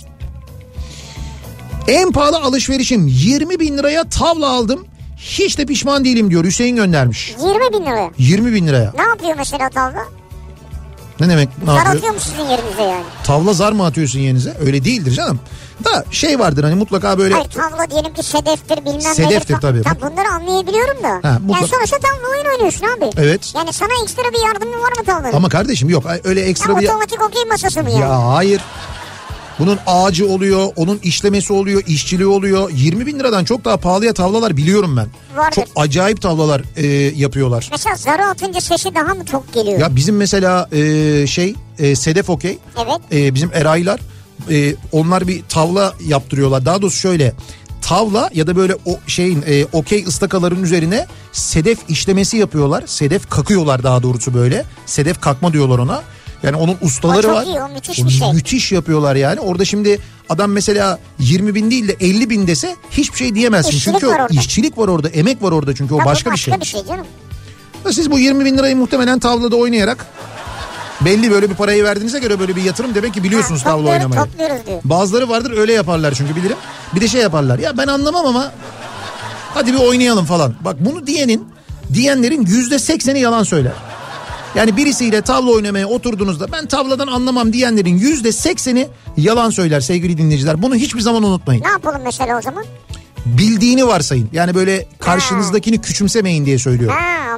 En pahalı alışverişim 20 bin liraya tavla aldım. Hiç de pişman değilim diyor Hüseyin göndermiş. 20 bin liraya? 20 bin liraya. Ne yapıyor mesela tavla? Ne demek? Zar atıyor mu sizin yerinize yani? Tavla zar mı atıyorsun yerinize? Öyle değildir canım. Da şey vardır hani mutlaka böyle. Hayır tavla diyelim ki sedeftir bilmem nedir. Sedeftir tabii. Bunları anlayabiliyorum da. Yani sonuçta tavla oyun oynuyorsun abi. Evet. Yani sana ekstra bir yardımı var mı tavlanın? Ama kardeşim yok öyle ekstra bir. Otomatik okey masası mı yani? Ya hayır. Bunun ağacı oluyor, onun işlemesi oluyor, işçiliği oluyor. 20 bin liradan çok daha pahalıya tavlalar biliyorum ben. Vardır. Çok acayip tavlalar yapıyorlar. Mesela zarı atınca sesi daha mı çok geliyor? Ya bizim mesela Sedef Okey. Evet. Bizim Eraylar onlar bir tavla yaptırıyorlar. Daha doğrusu şöyle tavla ya da böyle o şeyin okey ıstakaların üzerine sedef işlemesi yapıyorlar. Sedef kakıyorlar daha doğrusu böyle. Sedef kakma diyorlar ona. Yani onun ustaları var. Iyi, o müthiş bir şey. Müthiş yapıyorlar yani. Orada şimdi adam mesela 20 bin değil de 50 bin dese hiçbir şey diyemezsin. İşçilik çünkü var işçilik var orada, emek var orada çünkü o başka bir şey. Başka bir şey canım. Siz bu 20 bin lirayı muhtemelen tavlada oynayarak belli böyle bir parayı verdiğinize göre böyle bir yatırım demek ki biliyorsunuz tavla oynamayı. Topluyoruz diyor. Bazıları vardır öyle yaparlar çünkü bilirim. Bir de şey yaparlar ya ben anlamam ama hadi bir oynayalım falan. Bak bunu diyenlerin %80'i yalan söyler. Yani birisiyle tavla oynamaya oturduğunuzda ben tavladan anlamam diyenlerin %80'i yalan söyler sevgili dinleyiciler. Bunu hiçbir zaman unutmayın. Ne yapalım mesela o zaman? Bildiğini varsayın. Yani böyle karşınızdakini küçümsemeyin diye söylüyorum. Ha anladım.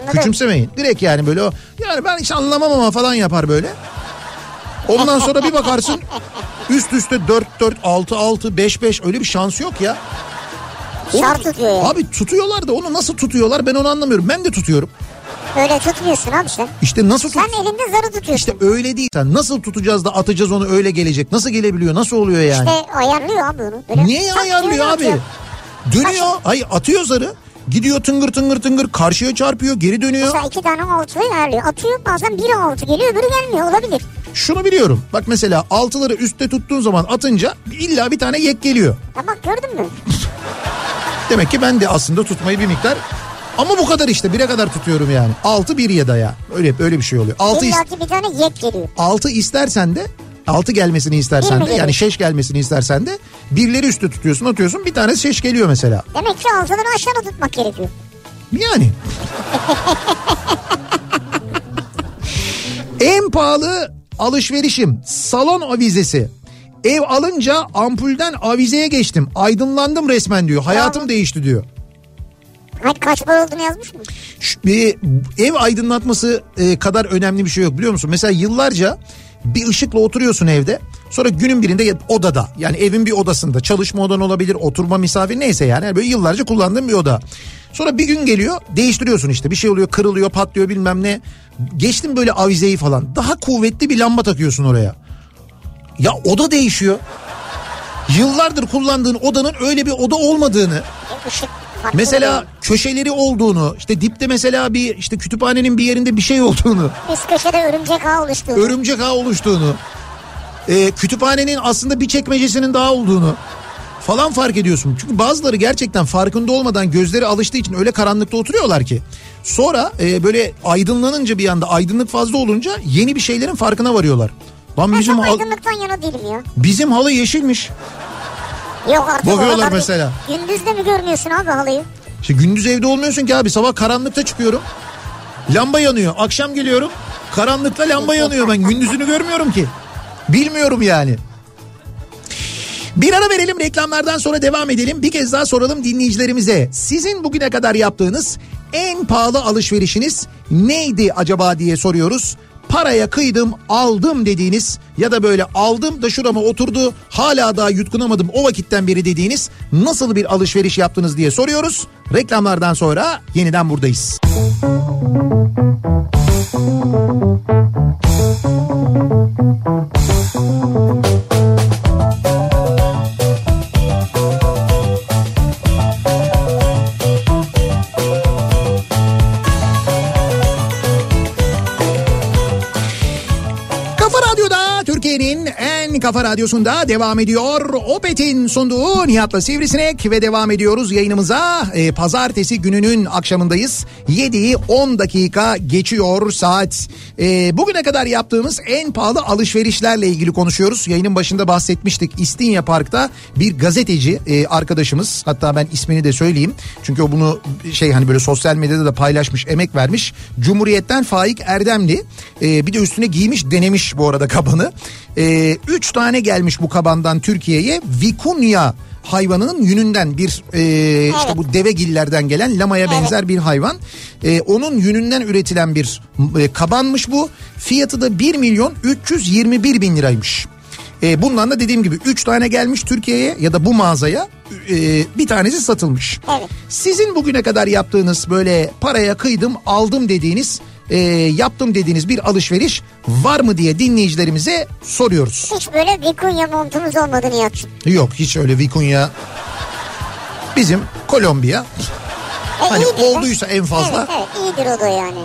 Küçümsemeyin. Direkt yani böyle o. Yani ben hiç anlamam ama falan yapar böyle. Ondan sonra bir bakarsın üst üste 4-4, 6-6, 5-5 öyle bir şans yok ya. Zar tutuyor yani. Abi tutuyorlar da onu nasıl tutuyorlar ben onu anlamıyorum. Ben de tutuyorum. Öyle tutmuyorsun abi sen. İşte nasıl Sen elinde zarı tutuyorsun. İşte öyle değil. Sen nasıl tutacağız da atacağız onu öyle gelecek. Nasıl gelebiliyor? Nasıl oluyor yani? İşte ayarlıyor abi onu. Böyle niye ayarlıyor abi? Atıyor. Dönüyor. Hayır atıyor zarı. Gidiyor tıngır tıngır tıngır karşıya çarpıyor geri dönüyor. Mesela 2 tane altıyı ayarlıyor. Atıyor bazen biri altı geliyor öbürü gelmiyor olabilir. Şunu biliyorum. Bak mesela altıları üstte tuttuğun zaman atınca illa bir tane yek geliyor. Ya bak gördün mü? Demek ki ben de aslında tutmayı bir miktar ama bu kadar işte 1'e kadar tutuyorum yani. 6 1 ya da ya. Öyle bir şey oluyor. İlla ki bir tane yek geliyor. 6 istersen de 6 gelmesini istersen de yani şeş gelmesini istersen de birleri üstte tutuyorsun atıyorsun bir tanesi şeş geliyor mesela. Demek ki altıları aşağıda tutmak gerekiyor. Yani. En pahalı alışverişim salon avizesi. Ev alınca ampulden avizeye geçtim. Aydınlandım resmen diyor. Hayatım değişti diyor. Kaç para olduğunu yazmış mı? Ev aydınlatması kadar önemli bir şey yok biliyor musun? Mesela yıllarca bir ışıkla oturuyorsun evde. Sonra günün birinde odada yani evin bir odasında çalışma odan olabilir, oturma misafir neyse yani böyle yıllarca kullandığın bir oda. Sonra bir gün geliyor değiştiriyorsun işte bir şey oluyor kırılıyor patlıyor bilmem ne. Geçtim böyle avizeyi falan daha kuvvetli bir lamba takıyorsun oraya. Ya oda değişiyor. Yıllardır kullandığın odanın öyle bir oda olmadığını. Mesela köşeleri olduğunu, işte dipte mesela bir işte kütüphanenin bir yerinde bir şey olduğunu. Üst köşede örümcek ağ oluştuğunu. Kütüphanenin aslında bir çekmecesinin daha olduğunu falan fark ediyorsun. Çünkü bazıları gerçekten farkında olmadan gözleri alıştığı için öyle karanlıkta oturuyorlar ki. Sonra böyle aydınlanınca bir anda aydınlık fazla olunca yeni bir şeylerin farkına varıyorlar. Lan bizim aydınlıktan yana değilim ya. Bizim halı yeşilmiş. Yok artık. Bakıyorlar mesela. Gündüz de mi görmüyorsun abi halıyı? İşte gündüz evde olmuyorsun ki abi sabah karanlıkta çıkıyorum. Lamba yanıyor. Akşam geliyorum karanlıkta lamba yanıyor ben gündüzünü görmüyorum ki. Bilmiyorum yani. Bir ara verelim reklamlardan sonra devam edelim. Bir kez daha soralım dinleyicilerimize. Sizin bugüne kadar yaptığınız en pahalı alışverişiniz neydi acaba diye soruyoruz. Paraya kıydım aldım dediğiniz ya da böyle aldım da şurama oturdu hala daha yutkunamadım o vakitten beri dediğiniz nasıl bir alışveriş yaptınız diye soruyoruz. Reklamlardan sonra yeniden buradayız. Kafa Radyosu'nda devam ediyor. Opet'in sunduğu Nihat'la Sivrisinek ve devam ediyoruz yayınımıza. Pazartesi gününün akşamındayız. 7'yi 10 dakika geçiyor saat. Bugüne kadar yaptığımız en pahalı alışverişlerle ilgili konuşuyoruz. Yayının başında bahsetmiştik. İstinye Park'ta bir gazeteci arkadaşımız, hatta ben ismini de söyleyeyim. Çünkü o bunu hani böyle sosyal medyada da paylaşmış, emek vermiş. Cumhuriyet'ten Faik Erdemli. Bir de üstüne giymiş, denemiş bu arada kabanı. 3 tane gelmiş bu kabandan Türkiye'ye. Vikunya hayvanının yününden bir işte bu devegillerden gelen lamaya benzer bir hayvan. Onun yününden üretilen bir kabanmış bu. Fiyatı da 1.321.000 liraymış. Bundan da dediğim gibi 3 tane gelmiş Türkiye'ye ya da bu mağazaya, bir tanesi satılmış. Evet. Sizin bugüne kadar yaptığınız böyle paraya kıydım aldım dediğiniz, yaptım dediğiniz bir alışveriş var mı diye dinleyicilerimize soruyoruz. Hiç böyle Vikunya montumuz olmadı Nihat'cığım. Yok, hiç öyle Vikunya. Bizim Kolombiya. Hani olduysa en fazla. Evet, iyidir o da yani.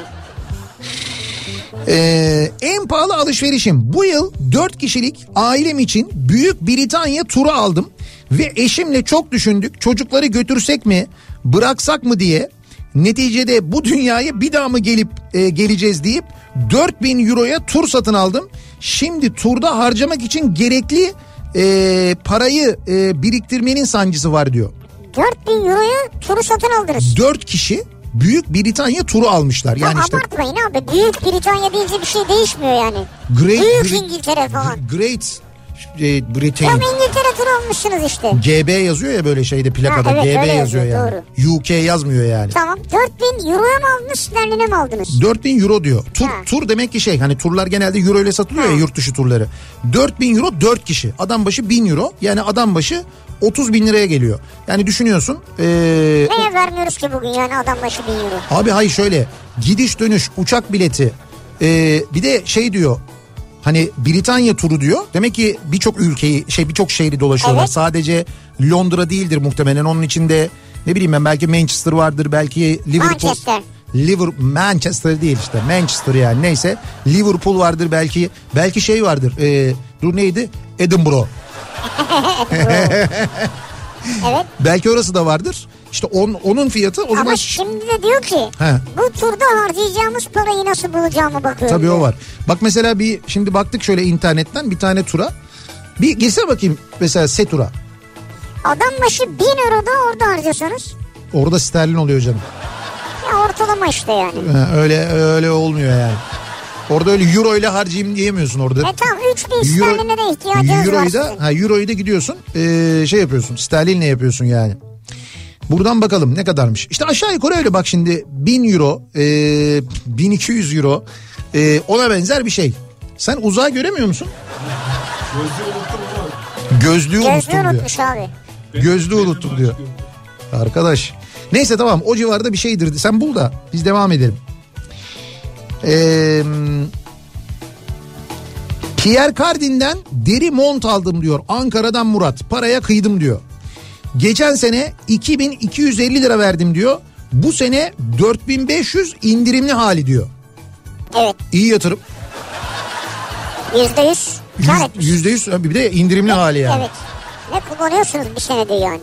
En pahalı alışverişim bu yıl 4 kişilik ailem için Büyük Britanya turu aldım ve eşimle çok düşündük, çocukları götürsek mi bıraksak mı diye. Neticede bu dünyaya bir daha mı geleceğiz deyip 4.000 euroya tur satın aldım. Şimdi turda harcamak için gerekli parayı biriktirmenin sancısı var diyor. 4.000 euroya turu satın aldınız. 4 kişi Büyük Britanya turu almışlar. Yani işte abartmayın abi. Büyük Britanya deyince bir şey değişmiyor yani. Büyük İngiltere falan. Great Britain. Ya İngiltere turu almışsınız işte. GB yazıyor ya böyle şeyde plakada. Evet, GB yazıyor yazıyor, yani. doğru. UK yazmıyor yani. Tamam, 4.000 euroya mı aldınız, sterline mi aldınız? 4.000 euro diyor. Tur demek ki şey, hani turlar genelde euro ile satılıyor ya, yurt dışı turları. 4.000 euro 4 kişi. Adam başı 1.000 euro. Yani adam başı 30.000 liraya geliyor. Yani düşünüyorsun. Neye vermiyoruz ki bugün yani adam başı 1.000 euro? Abi hayır, şöyle gidiş dönüş uçak bileti, bir de şey diyor, hani Britanya turu diyor. Demek ki birçok ülkeyi, birçok şehri dolaşıyorlar. Evet. Sadece Londra değildir muhtemelen. Onun içinde ne bileyim ben, belki Manchester vardır, belki Liverpool. Manchester değil işte, Manchester yani, neyse. Liverpool vardır belki. Belki şey vardır. Dur neydi? Edinburgh. Evet. Belki orası da vardır. İşte onun fiyatı o zaman. Ama şimdi de diyor ki bu turda harcayacağımız parayı nasıl bulacağımı bakıyorum. Tabii o var. Bak mesela şimdi baktık şöyle internetten bir tane tura. Bir girsene bakayım mesela Setur'a. Adam başı 1.000 euro da orada harcasanız. Orada sterlin oluyor canım. Ya ortalama işte yani. Öyle olmuyor yani. Orada öyle euro ile harcayayım diyemiyorsun orada. Tamam, 3.000 sterline de ihtiyacınız var sizin. Euro'yu da gidiyorsun şey yapıyorsun, sterlinle yapıyorsun yani. Buradan bakalım ne kadarmış. İşte aşağı yukarı öyle bak şimdi 1.000 euro 1.200 euro ona benzer bir şey. Sen uzağı göremiyor musun? Gözlüğü unutmuş abi. Gözlüğü unuttum diyor. Arkadaş. Neyse tamam, o civarda bir şeydir. Sen bul da biz devam edelim. Pierre Cardin'den deri mont aldım diyor. Ankara'dan Murat. Paraya kıydım diyor. Geçen sene 2.250 lira verdim diyor. Bu sene 4.500 indirimli hali diyor. Evet. İyi yatırım. %100 kar etmiş. %100 bir de indirimli hali yani. Evet. Ne kullanıyorsunuz bir senede yani.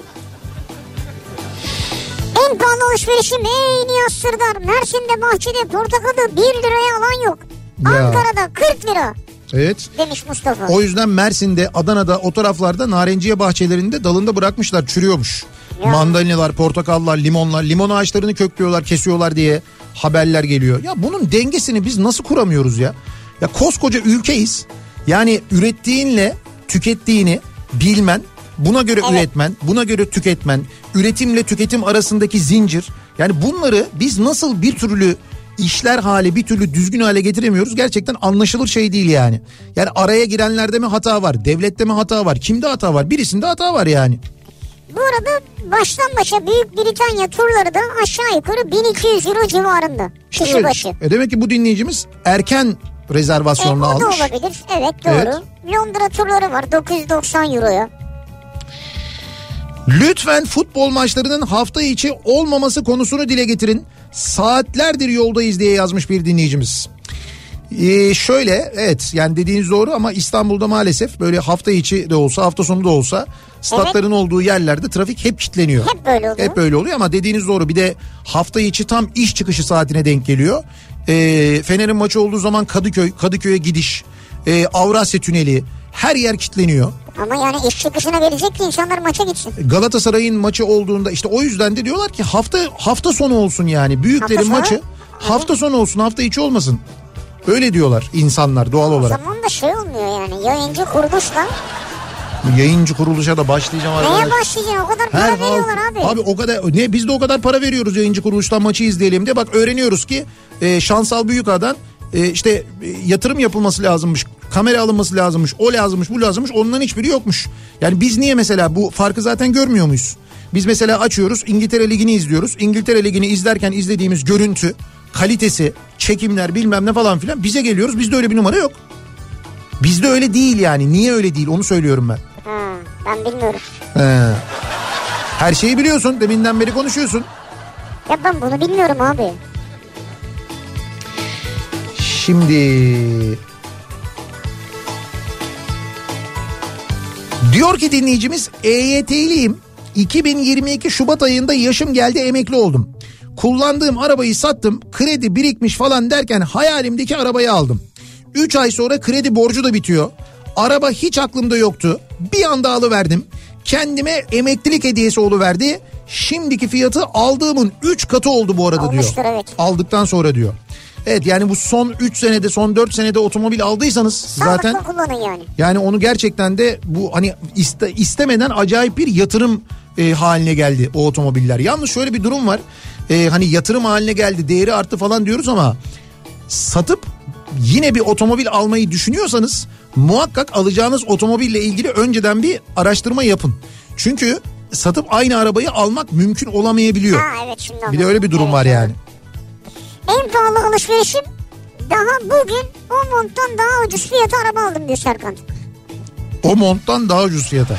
En pahalı alışverişim Nihat Sırdar. Mersin'de bahçede portakalı 1 liraya alan yok. Ya. Ankara'da 40 lira. Evet. Demiş Mustafa. O yüzden Mersin'de, Adana'da, o taraflarda narenciye bahçelerinde dalında bırakmışlar, çürüyormuş. Ya. Mandalinalar, portakallar, limonlar, limon ağaçlarını köklüyorlar, kesiyorlar diye haberler geliyor. Ya bunun dengesini biz nasıl kuramıyoruz ya? Ya koskoca ülkeyiz. Yani ürettiğinle tükettiğini bilmen, buna göre üretmen, buna göre tüketmen, üretimle tüketim arasındaki zincir. Yani bunları biz nasıl bir türlü işler hale, bir türlü düzgün hale getiremiyoruz? Gerçekten anlaşılır şey değil yani. Yani araya girenlerde mi hata var? Devlette mi hata var? Kimde hata var? Birisinde hata var yani. Bu arada baştan başa Büyük Britanya turları da aşağı yukarı 1200 euro civarında. Kişi evet. başı. Demek ki bu dinleyicimiz erken rezervasyonla almış. O da olabilir. Evet doğru. Evet. Londra turları var 990 euroya. Lütfen futbol maçlarının hafta içi olmaması konusunu dile getirin. Saatlerdir yoldayız diye yazmış bir dinleyicimiz. Şöyle evet, yani dediğiniz doğru ama İstanbul'da maalesef böyle hafta içi de olsa, hafta sonu da olsa statların olduğu yerlerde trafik hep kilitleniyor. Hep böyle oluyor. Hep böyle oluyor ama dediğiniz doğru, bir de hafta içi tam iş çıkışı saatine denk geliyor. Fener'in maçı olduğu zaman Kadıköy'e gidiş, Avrasya Tüneli, her yer kilitleniyor. Ama yani iş çıkışına gelecek ki insanlar maça gitsin. Galatasaray'ın maçı olduğunda işte o yüzden de diyorlar ki hafta sonu olsun yani. Büyüklerin maçı hafta sonu olsun, hafta içi olmasın. Öyle diyorlar insanlar doğal olarak. O zaman da şey olmuyor yani, yayıncı kuruluşla. Yayıncı kuruluşa da başlayacağım arkadaş. Neye başlayacaksın? O kadar para veriyorlar abi. Abi o kadar, biz de o kadar para veriyoruz yayıncı kuruluştan maçı izleyelim diye. Bak öğreniyoruz ki Şansal Büyükağa'dan yatırım yapılması lazımmış. Kamera alınması lazımmış. O lazımmış, bu lazımmış. Onların hiçbiri yokmuş. Yani biz niye mesela bu farkı zaten görmüyor muyuz? Biz mesela açıyoruz, İngiltere Ligi'ni izliyoruz. İngiltere Ligi'ni izlerken izlediğimiz görüntü, kalitesi, çekimler bilmem ne falan filan bize geliyoruz. Bizde öyle bir numara yok. Bizde öyle değil yani. Niye öyle değil onu söylüyorum ben. Ben bilmiyorum. Her şeyi biliyorsun. Deminden beri konuşuyorsun. Ya ben bunu bilmiyorum abi. Şimdi diyor ki dinleyicimiz, EYT'liyim. 2022 Şubat ayında yaşım geldi, emekli oldum. Kullandığım arabayı sattım, kredi birikmiş falan derken hayalimdeki arabayı aldım. 3 ay sonra kredi borcu da bitiyor. Araba hiç aklımda yoktu. Bir anda alıverdim. Kendime emeklilik hediyesi oluverdi. Şimdiki fiyatı aldığımın 3 katı oldu bu arada. Olmuştur, diyor. Evet. Aldıktan sonra diyor. Evet yani bu son 3 senede son 4 senede otomobil aldıysanız zaten. Sağlıklı kullanın yani. Yani onu gerçekten de bu hani istemeden acayip bir yatırım haline geldi o otomobiller. Yalnız şöyle bir durum var. Hani yatırım haline geldi, değeri arttı falan diyoruz ama satıp yine bir otomobil almayı düşünüyorsanız muhakkak alacağınız otomobille ilgili önceden bir araştırma yapın. Çünkü satıp aynı arabayı almak mümkün olamayabiliyor. Ha evet şimdi bir de öyle bir durum var yani. En pahalı alışverişim daha bugün o monttan daha ucuz fiyata araba aldım diyor Serkan. O monttan daha ucuz fiyata.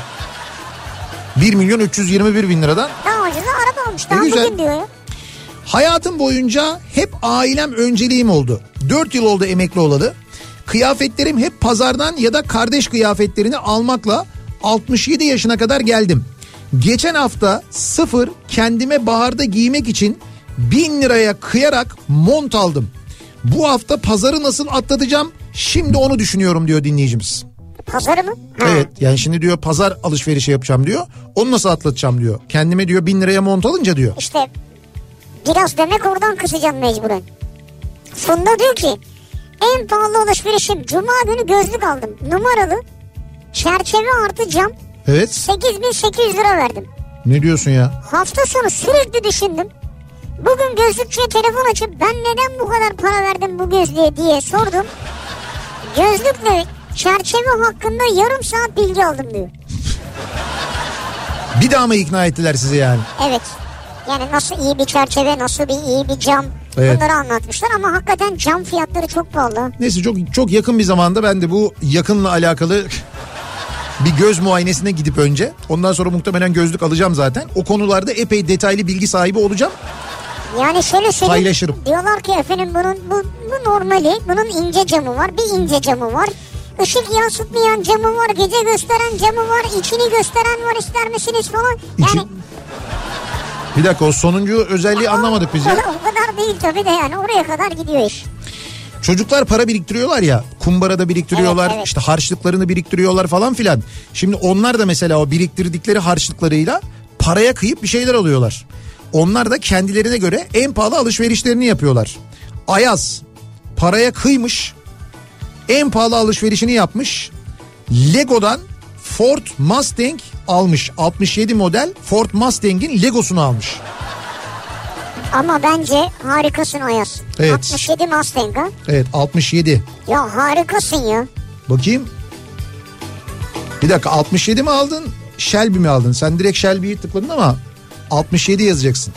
1.321.000 liradan. Daha ucuz araba almış daha güzel. bugün diyor ya. Hayatım boyunca hep ailem önceliğim oldu. 4 yıl oldu emekli olalı. Kıyafetlerim hep pazardan ya da kardeş kıyafetlerini almakla 67 yaşına kadar geldim. Geçen hafta sıfır kendime baharda giymek için 1000 liraya kıyarak mont aldım. Bu hafta pazarı nasıl atlatacağım? Şimdi onu düşünüyorum diyor dinleyicimiz. Pazarı mı? Ha. Evet yani şimdi diyor pazar alışverişi yapacağım diyor. Onu nasıl atlatacağım diyor. Kendime diyor 1000 liraya mont alınca diyor. İşte biraz demek oradan kısacağım mecburen. Funda diyor ki en pahalı alışverişim cuma günü gözlük aldım. Numaralı çerçeve artı cam. Evet. 8.800 lira verdim. Ne diyorsun ya? Hafta sonu sürekli düşündüm. Bugün gözlükçüye telefon açıp ben neden bu kadar para verdim bu gözlüğe diye sordum. Gözlükle çerçeve hakkında yarım saat bilgi aldım diyor. Bir daha mı ikna ettiler sizi yani? Evet. Yani nasıl iyi bir çerçeve, nasıl iyi bir cam. Evet. Bunları anlatmışlar ama hakikaten cam fiyatları çok pahalı. Neyse çok yakın bir zamanda ben de bu yakınla alakalı bir göz muayenesine gidip önce ondan sonra muhtemelen gözlük alacağım zaten. O konularda epey detaylı bilgi sahibi olacağım. Yani şöyle söyleyeyim. Paylaşırım. Diyorlar ki efendim bunun bu normali, bunun ince camı var, bir ince camı var. Işık yansıtmayan camı var, gece gösteren camı var, içini gösteren var, ister misiniz falan. Yani Bir dakika o sonuncu özelliği anlamadık biz ya. O kadar değil tabii de yani oraya kadar gidiyor iş. Çocuklar para biriktiriyorlar ya, kumbarada biriktiriyorlar, evet. işte harçlıklarını biriktiriyorlar falan filan. Şimdi onlar da mesela o biriktirdikleri harçlıklarıyla paraya kıyıp bir şeyler alıyorlar. Onlar da kendilerine göre en pahalı alışverişlerini yapıyorlar. Ayaz paraya kıymış, en pahalı alışverişini yapmış. Lego'dan Ford Mustang almış. 67 model Ford Mustang'in Legosunu almış. Ama bence harikasın Ayaz. Evet. 67 Mustang ha? Evet 67. Ya harikasın ya. Bakayım. Bir dakika 67 mi aldın? Shelby mi aldın? Sen direkt Shelby'yi tıkladın ama 67 yazacaksın.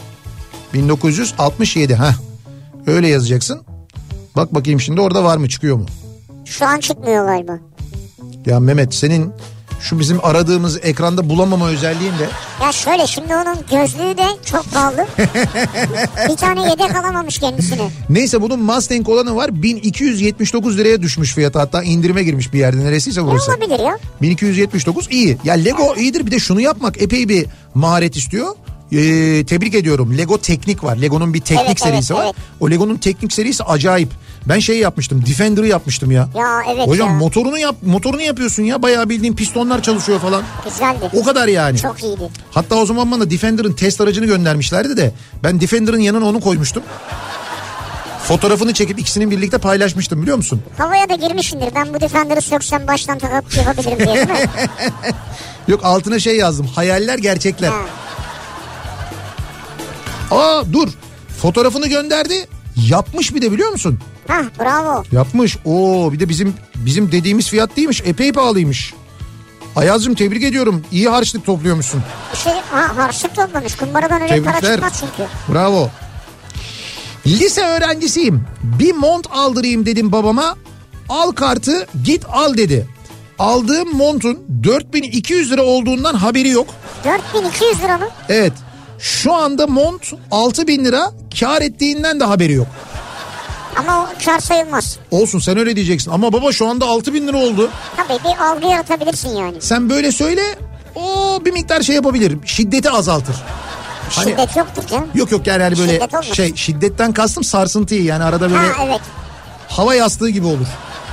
1967 ha. Öyle yazacaksın. Bak bakayım şimdi orada var mı, çıkıyor mu? Şu an çıkmıyor galiba. Ya Mehmet senin şu bizim aradığımız ekranda bulamama özelliğin de. Ya şöyle şimdi onun gözlüğü de çok pahalı. Bir tane yedek alamamış kendisine. Neyse bunun Mustang olanı var. 1279 liraya düşmüş fiyatı, hatta indirime girmiş bir yerde, neresiyse burası. Ne olabilir ya? 1279 iyi. Ya Lego iyidir, bir de şunu yapmak epey bir maharet istiyor. Tebrik ediyorum. Lego Teknik var. Lego'nun bir teknik serisi var. Evet. O Lego'nun teknik serisi acayip. Ben şey yapmıştım. Defender'ı yapmıştım ya. Ya evet. Hocam ya. motorunu yapıyorsun ya. Bayağı bildiğin pistonlar çalışıyor falan. Güzeldi. O kadar yani. Çok iyiydi. Hatta o zaman bana Defender'ın test aracını göndermişlerdi de ben Defender'ın yanına onu koymuştum. Fotoğrafını çekip ikisinin birlikte paylaşmıştım, biliyor musun? Havaya da girmişindir. Ben bu Defender'ı söksem baştan takıp yapabilirim diye, değil mi? Yok, altına şey yazdım. Hayaller gerçekler. Aa dur. Fotoğrafını gönderdi. Yapmış bir de, biliyor musun? Hah, bravo. Yapmış. Oo, bir de bizim dediğimiz fiyat değilmiş. Epey pahalıymış. Ayaz'cığım tebrik ediyorum. İyi harçlık topluyormuşsun. Harçlık toplamış. Kumbaradan öyle para çıkmaz çünkü. Bravo. Lise öğrencisiyim. Bir mont aldırayım dedim babama. Al kartı git al dedi. Aldığım montun 4200 lira olduğundan haberi yok. 4200 lira mı? Evet. Şu anda mont 6000 lira, kar ettiğinden de haberi yok. Ama o kar sayılmaz. Olsun, sen öyle diyeceksin. Ama baba şu anda 6000 lira oldu. Tabii bir algı yaratabilirsin yani. Sen böyle söyle, o bir miktar şey yapabilir. Şiddeti azaltır. Şiddet yoktur canım. Yok yani böyle şiddetten kastım sarsıntıyı, yani arada böyle evet. Hava yastığı gibi olur.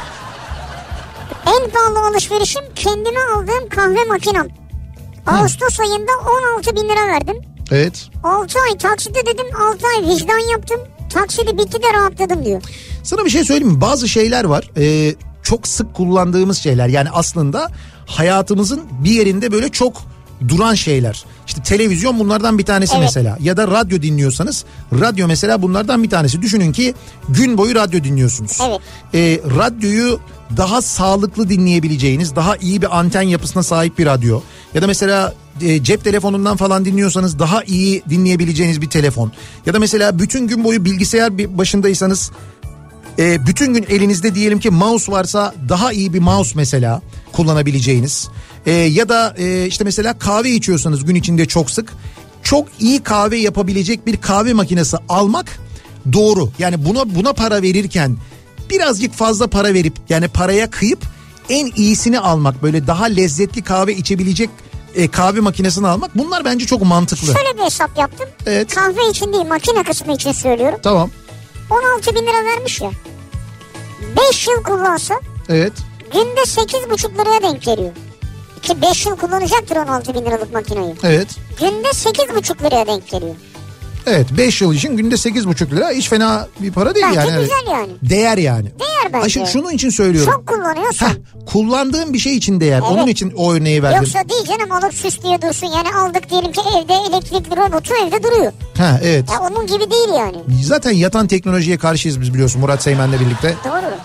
En pahalı alışverişim kendime aldığım kahve makinem. Ağustos ayında 16 bin lira verdim. Evet. 6 ay taksitte dedim, 6 ay vicdan yaptım. taksidi bitti de rahatladım diyor. Sana bir şey söyleyeyim mi? Bazı şeyler var. Çok sık kullandığımız şeyler. Yani aslında hayatımızın bir yerinde böyle çok duran şeyler. İşte televizyon bunlardan bir tanesi mesela. Ya da radyo dinliyorsanız radyo mesela bunlardan bir tanesi. Düşünün ki gün boyu radyo dinliyorsunuz. Evet. Radyoyu daha sağlıklı dinleyebileceğiniz, daha iyi bir anten yapısına sahip bir radyo. Ya da mesela cep telefonundan falan dinliyorsanız daha iyi dinleyebileceğiniz bir telefon. Ya da mesela bütün gün boyu bilgisayar başındaysanız bütün gün elinizde diyelim ki mouse varsa daha iyi bir mouse mesela kullanabileceğiniz. Ya da işte mesela kahve içiyorsanız gün içinde çok sık, çok iyi kahve yapabilecek bir kahve makinesi almak doğru. Yani buna para verirken birazcık fazla para verip, yani paraya kıyıp en iyisini almak, böyle daha lezzetli kahve içebilecek kahve makinesini almak, bunlar bence çok mantıklı. Şöyle bir hesap yaptım. Evet. Kahve için değil, makine kısmı için söylüyorum. Tamam. 16 bin lira vermiş ya. 5 yıl kullansa Evet. günde 8,5 liraya denk geliyor. Ki 5 yıl kullanacaktır 16 bin liralık makineyi. Evet. Günde 8,5 liraya denk geliyor. Evet, 5 yıl için günde 8,5 lira hiç fena bir para değil. Bence yani. güzel yani. Değer yani. Değer bence. Şunun için söylüyorum. Çok kullanıyorsun. Kullandığım bir şey için değer. Evet. Onun için o örneği verdim. Yoksa değil canım, alıp süs diye dursun. Yani aldık diyelim ki evde elektrikli robotu evde duruyor. Evet. Ya onun gibi değil yani. Zaten yatan teknolojiye karşıyız biz, biliyorsun, Murat Seymen'le birlikte. Doğru.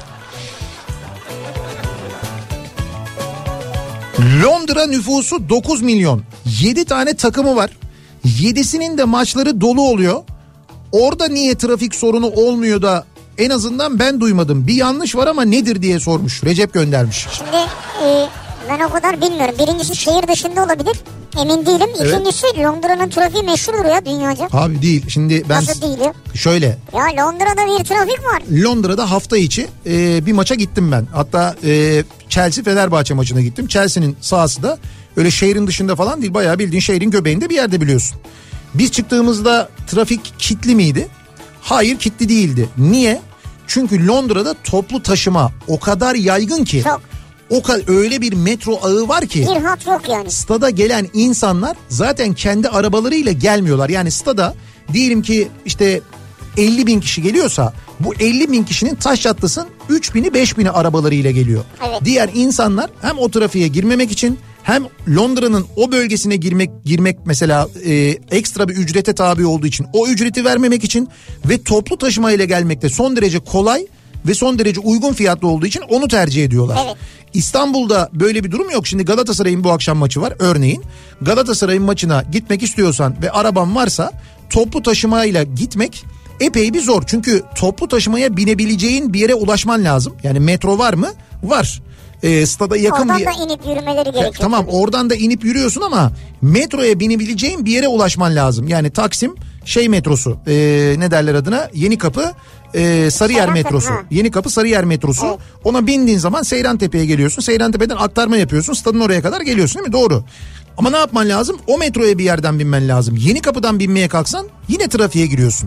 Londra nüfusu 9 milyon. 7 tane takımı var. 7'sinin de maçları dolu oluyor. Orada niye trafik sorunu olmuyor da en azından ben duymadım. Bir yanlış var ama nedir diye sormuş. Recep göndermiş. Şimdi ben o kadar bilmiyorum. Birincisi şehir dışında olabilir. Emin değilim. Evet. İkincisi Londra'nın trafiği meşhurdur ya dünyaca. Abi değil. Şimdi ben... Nasıl değil ya? Şöyle. Ya Londra'da bir trafik var. Londra'da hafta içi bir maça gittim ben. Hatta Chelsea Fenerbahçe maçına gittim. Chelsea'nin sahası da öyle şehrin dışında falan değil. Bayağı bildiğin şehrin göbeğinde bir yerde, biliyorsun. Biz çıktığımızda trafik kilitli miydi? Hayır, kilitli değildi. Niye? Çünkü Londra'da toplu taşıma o kadar yaygın ki. Çok. Öyle bir metro ağı var ki. Bir hat yok yani. Stada gelen insanlar zaten kendi arabalarıyla gelmiyorlar. Yani stada diyelim ki işte 50 bin kişi geliyorsa bu 50 bin kişinin taş çatlasın 3 bini 5 bini arabalarıyla geliyor. Evet. Diğer insanlar hem o trafiğe girmemek için hem Londra'nın o bölgesine girmek mesela ekstra bir ücrete tabi olduğu için o ücreti vermemek için ve toplu taşımayla gelmekte son derece kolay ve son derece uygun fiyatlı olduğu için onu tercih ediyorlar. Evet. İstanbul'da böyle bir durum yok. Şimdi Galatasaray'ın bu akşam maçı var örneğin. Galatasaray'ın maçına gitmek istiyorsan ve araban varsa toplu taşımayla gitmek epey bir zor. Çünkü toplu taşımaya binebileceğin bir yere ulaşman lazım. Yani metro var mı? Var. Stada yakın oradan bir... da inip yürümeleri gerekiyor. Tamam, oradan da inip yürüyorsun ama metroya binebileceğin bir yere ulaşman lazım. Yani Taksim metrosu ne derler adına, Yenikapı Sarıyer metrosu. Yenikapı Sarıyer metrosu. Evet. Ona bindiğin zaman Seyrantepe'ye geliyorsun. Seyrantepe'den aktarma yapıyorsun. Stadın oraya kadar geliyorsun, değil mi? Doğru. Ama ne yapman lazım? O metroya bir yerden binmen lazım. Yenikapı'dan binmeye kalksan yine trafiğe giriyorsun.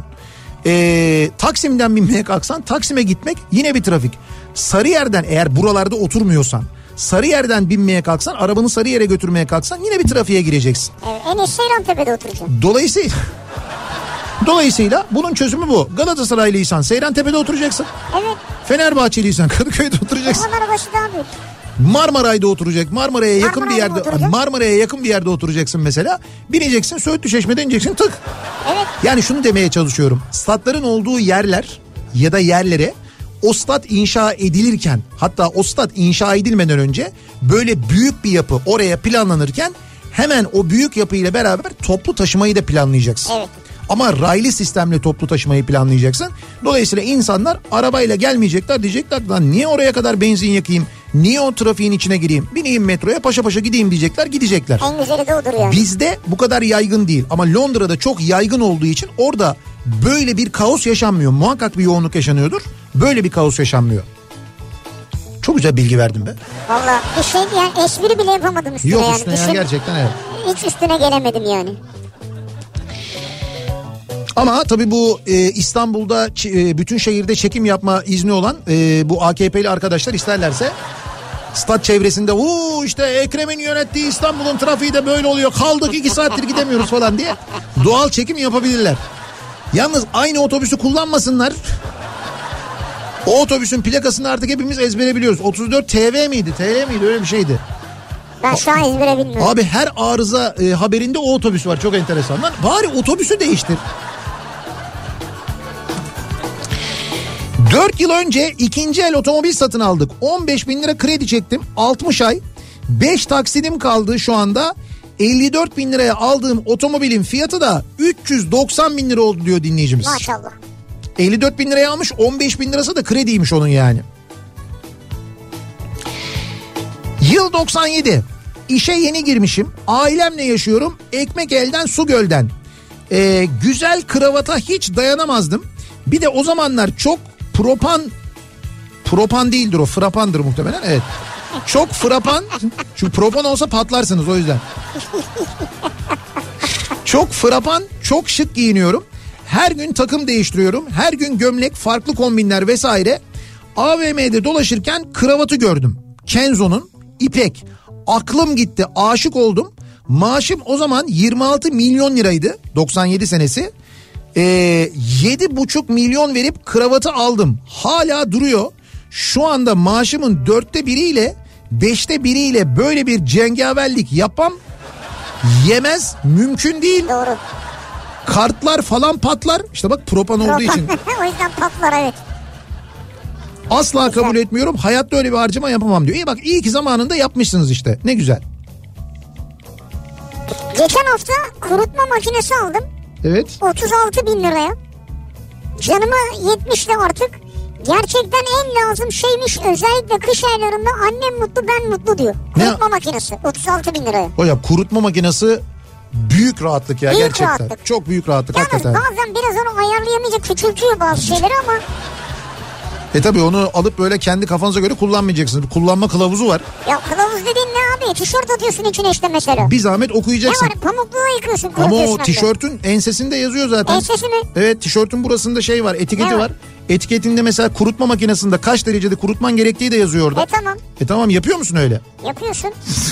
Taksim'den binmeye kalksan Taksim'e gitmek yine bir trafik. Sarıyer'den, eğer buralarda oturmuyorsan, Sarıyer'den binmeye kalksan, arabanı Sarıyer'e götürmeye kalksan yine bir trafiğe gireceksin. Evet, en iyisi Seyrantepe'de oturacaksın. Dolayısıyla bunun çözümü bu. Galatasaraylıysan Seyrantepe'de oturacaksın. Evet. Fenerbahçeliysen Kadıköy'de oturacaksın. Onların başı daha büyük. Marmaray'da oturacak. Marmara'ya yakın bir yerde oturacaksın mesela. Bineceksin, Söğütlü Çeşme'de ineceksin, tık. Evet. Yani şunu demeye çalışıyorum. Statların olduğu yerler ya da yerlere o stat inşa edilirken, hatta o stat inşa edilmeden önce böyle büyük bir yapı oraya planlanırken hemen o büyük yapıyla beraber toplu taşımayı da planlayacaksın. Evet. Ama raylı sistemle toplu taşımayı planlayacaksın. Dolayısıyla insanlar arabayla gelmeyecekler, diyecekler lan niye oraya kadar benzin yakayım? Niye o trafiğin içine gireyim? Bineyim metroya, paşa paşa gideyim diyecekler, gidecekler. En güzeli de odur yani. Bizde bu kadar yaygın değil ama Londra'da çok yaygın olduğu için orada böyle bir kaos yaşanmıyor. Muhakkak bir yoğunluk yaşanıyordur. Böyle bir kaos yaşanmıyor. Çok güzel bilgi verdim be. Valla bir şey yani, espri bile yapamadım üstüne. Yok yani. üstüne ya, gerçekten evet. Hiç üstüne gelemedim yani. Ama tabii bu İstanbul'da bütün şehirde çekim yapma izni olan bu AKP'li arkadaşlar isterlerse stat çevresinde işte Ekrem'in yönettiği İstanbul'un trafiği de böyle oluyor, kaldık 2 saattir gidemiyoruz falan diye doğal çekim yapabilirler. Yalnız aynı otobüsü kullanmasınlar. O otobüsün plakasını artık hepimiz ezbere biliyoruz. 34 TV miydi? TL miydi? Öyle bir şeydi. Ben şu an ezbere bilmiyorum. Abi her arıza haberinde o otobüs var. Çok enteresan. Lan bari otobüsü değiştir. 4 yıl önce ikinci el otomobil satın aldık. 15 bin lira kredi çektim. 60 ay. 5 taksidim kaldı şu anda. 54 bin liraya aldığım otomobilin fiyatı da 390 bin lira oldu diyor dinleyicimiz. Maşallah. 54 bin liraya almış, 15 bin lirası da krediymiş onun yani. Yıl 97. İşe yeni girmişim. Ailemle yaşıyorum. Ekmek elden su gölden. Güzel kravata hiç dayanamazdım. Bir de o zamanlar çok propan değildir o, frapandır muhtemelen. Evet. Çok frapan. Şu propan olsa patlarsınız o yüzden. Çok frapan, çok şık giyiniyorum. Her gün takım değiştiriyorum. Her gün gömlek, farklı kombinler vesaire. AVM'de dolaşırken kravatı gördüm. Kenzo'nun, ipek. Aklım gitti, aşık oldum. Maaşım o zaman 26 milyon liraydı. 97 senesi. 7,5 milyon verip kravatı aldım. Hala duruyor. Şu anda maaşımın 1/4'iyle 5'te böyle bir cengaverlik yapmam. Yemez, mümkün değil. Doğru. Kartlar falan patlar. İşte bak propan olduğu için. O yüzden patlar, evet. Asla kabul etmiyorum. Hayatta öyle bir harcama yapamam diyor. İyi bak, iyi ki zamanında yapmışsınız işte. Ne güzel. Geçen hafta kurutma makinesi aldım. Evet. 36 bin liraya. Canıma yetmişti artık. Gerçekten en lazım şeymiş, özellikle kış aylarında annem mutlu ben mutlu diyor. Kurutma makinesi 36 bin liraya. Hocam kurutma makinesi büyük rahatlık ya, büyük gerçekten. Rahatlık. Çok büyük rahatlık yalnız hakikaten. Bazen biraz onu ayarlayamayınca küçültüyor bazı şeyleri ama. Tabii onu alıp böyle kendi kafanıza göre kullanmayacaksınız. Kullanma kılavuzu var. Ya kılavuz dediğin ne abi? Tişört atıyorsun içine işte mesela. Bir zahmet okuyacaksın. Ne var, pamukluğa yıkıyorsun, ama kurutuyorsun. o tişörtün ensesinde yazıyor zaten. Ensesi mi? Evet, tişörtün burasında şey var, etiketi var. Etiketinde mesela kurutma makinesinde kaç derecede kurutman gerektiği de yazıyor orada. Tamam. Tamam, yapıyor musun öyle? Yapıyorsun.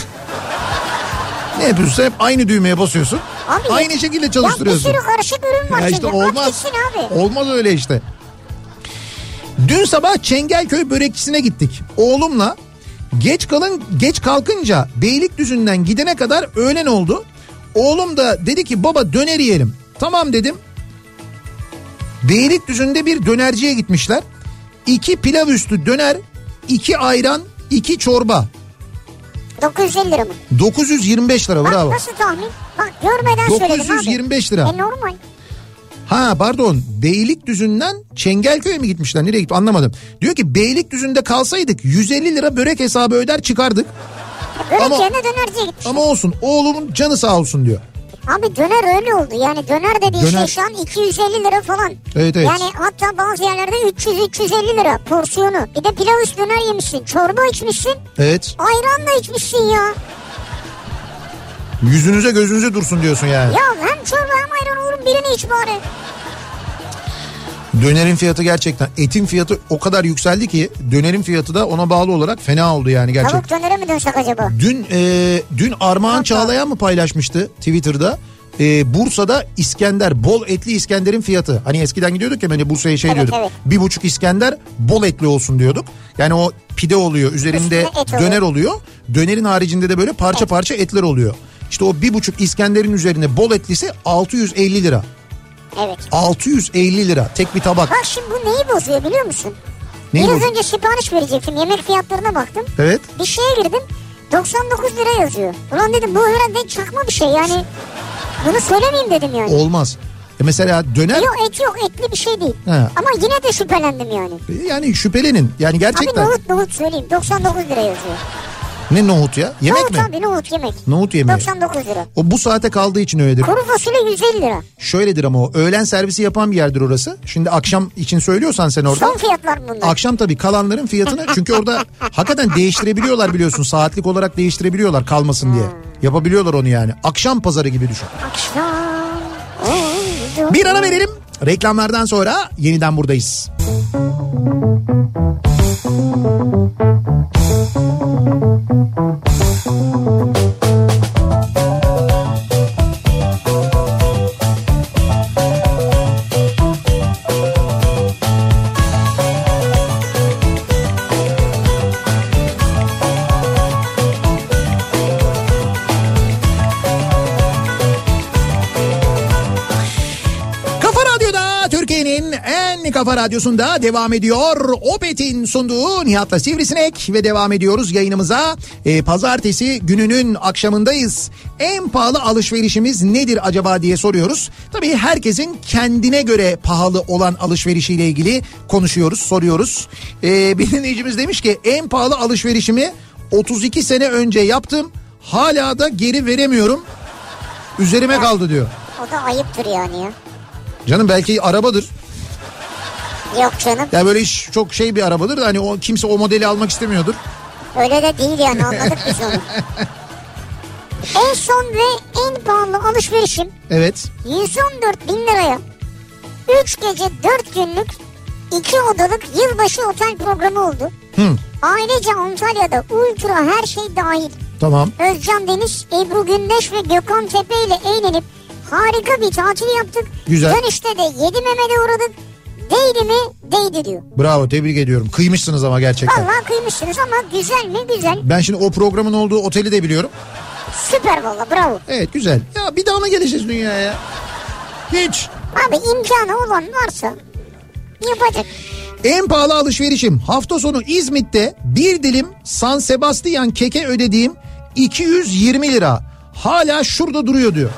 Ne yapıyorsun? Hep aynı düğmeye basıyorsun. Abi, aynı şekilde çalıştırıyorsun. Ya bir sürü karışık ürün var ya işte şimdi. olmaz. Abi. Olmaz öyle işte. Dün sabah Çengelköy börekçisine gittik. Oğlumla geç kalkınca Beylikdüzü'nden gidene kadar öğlen oldu. Oğlum da dedi ki baba döner yiyelim. Tamam dedim. Beylikdüzü'nde bir dönerciye gitmişler. 2 pilav üstü döner, 2 ayran, 2 çorba. 950 lira mı? 925 lira, bravo. Bak nasıl tahmin? Bak görmeden söyledim abi. 925 lira. Normal. Ha pardon, Beylikdüzü'nden Çengelköy'e mi gitmişler? Nereye gitti anlamadım. Diyor ki Beylikdüzü'nde kalsaydık 150 lira börek hesabı öder çıkardık. Börek yerine dönerciye gitmişler. Ama olsun, oğlumun canı sağ olsun diyor. Abi döner öyle oldu. Yani döner dediğin şey şu an 250 lira falan. Evet. Yani hatta bazı yerlerde 300-350 lira porsiyonu. Bir de pilav üstü döner yemişsin. Çorba içmişsin. Evet. Ayran da içmişsin ya. Yüzünüze gözünüze dursun diyorsun yani. Ya hem çorba hem ayran olurum, birini iç bari. Dönerin fiyatı gerçekten, etin fiyatı o kadar yükseldi ki dönerin fiyatı da ona bağlı olarak fena oldu yani gerçekten. Tavuk dönere mi dönsek acaba? Dün Armağan Çağlayan mı paylaşmıştı Twitter'da? Bursa'da İskender, bol etli İskender'in fiyatı. Hani eskiden gidiyorduk ya, hani Bursa'ya diyorduk. Evet. 1,5 İskender bol etli olsun diyorduk. Yani o pide oluyor, üzerinde döner oluyor. Dönerin haricinde de böyle parça parça etler oluyor. İşte o 1,5 İskender'in üzerine bol etlisi 650 lira. Evet. 650 lira tek bir tabak. Bak şimdi bu neyi bozuyor biliyor musun? Neyi Biraz önce sipariş verecektim, yemek fiyatlarına baktım. Evet. Bir şeye girdim, 99 lira yazıyor. Ulan dedim bu herhalde çakma bir şey yani. Bunu söylemeyeyim dedim yani. Olmaz. Mesela döner... Yok et yok, etli bir şey değil. He. Ama yine de şüphelendim yani. Yani şüphelenin yani gerçekten. Abi nohut söyleyeyim, 99 lira yazıyor. Ne nohut ya? Yemek nohut mi? Nohut abi, nohut yemek. Nohut yemeği. 99 lira. O bu saate kaldığı için öyledir. Kuru fasulye 150 lira. Şöyledir ama o öğlen servisi yapan bir yerdir orası. Şimdi akşam için söylüyorsan sen orada. Son fiyatlar bunlar. Akşam tabii kalanların fiyatını, çünkü orada hakikaten değiştirebiliyorlar biliyorsun. Saatlik olarak değiştirebiliyorlar kalmasın diye. Yapabiliyorlar onu yani. Akşam pazarı gibi düşün. Akşam. Bir ara verelim. Reklamlardan sonra yeniden buradayız. Kafa Radyosu'nda devam ediyor. Opet'in sunduğu Nihat'la Sivrisinek ve devam ediyoruz yayınımıza. Pazartesi gününün akşamındayız. En pahalı alışverişimiz nedir acaba diye soruyoruz. Tabii herkesin kendine göre pahalı olan alışverişiyle ilgili konuşuyoruz, soruyoruz. Bir dinleyicimiz demiş ki en pahalı alışverişimi 32 sene önce yaptım. Hala da geri veremiyorum. Üzerime kaldı diyor. O da ayıptır yani ya. Canım belki arabadır. Yok canım. Ya böyle çok şey bir arabadır da hani kimse o modeli almak istemiyordur. Öyle de değil yani, anladık biz onu. En son ve en pahalı alışverişim. Evet. 114 bin liraya 3 gece 4 günlük 2 odalık yılbaşı otel programı oldu. Ayrıca Antalya'da ultra her şey dahil. Tamam. Özcan Deniz, Ebru Gündeş ve Gökhan Tepe ile eğlenip harika bir tatil yaptık. Güzel. Dönüşte de 7 Mehmet'e uğradık. Değdi mi? Değdi diyor. Bravo, tebrik ediyorum. Kıymışsınız ama gerçekten. Vallahi kıymışsınız ama güzel mi? Güzel. Ben şimdi o programın olduğu oteli de biliyorum. Süper valla, bravo. Evet, güzel. Ya bir daha mı geleceğiz dünyaya? Hiç. Abi imkanı olan varsa yapacak. En pahalı alışverişim hafta sonu İzmit'te bir dilim San Sebastian keke ödediğim 220 lira. Hala şurada duruyor diyor.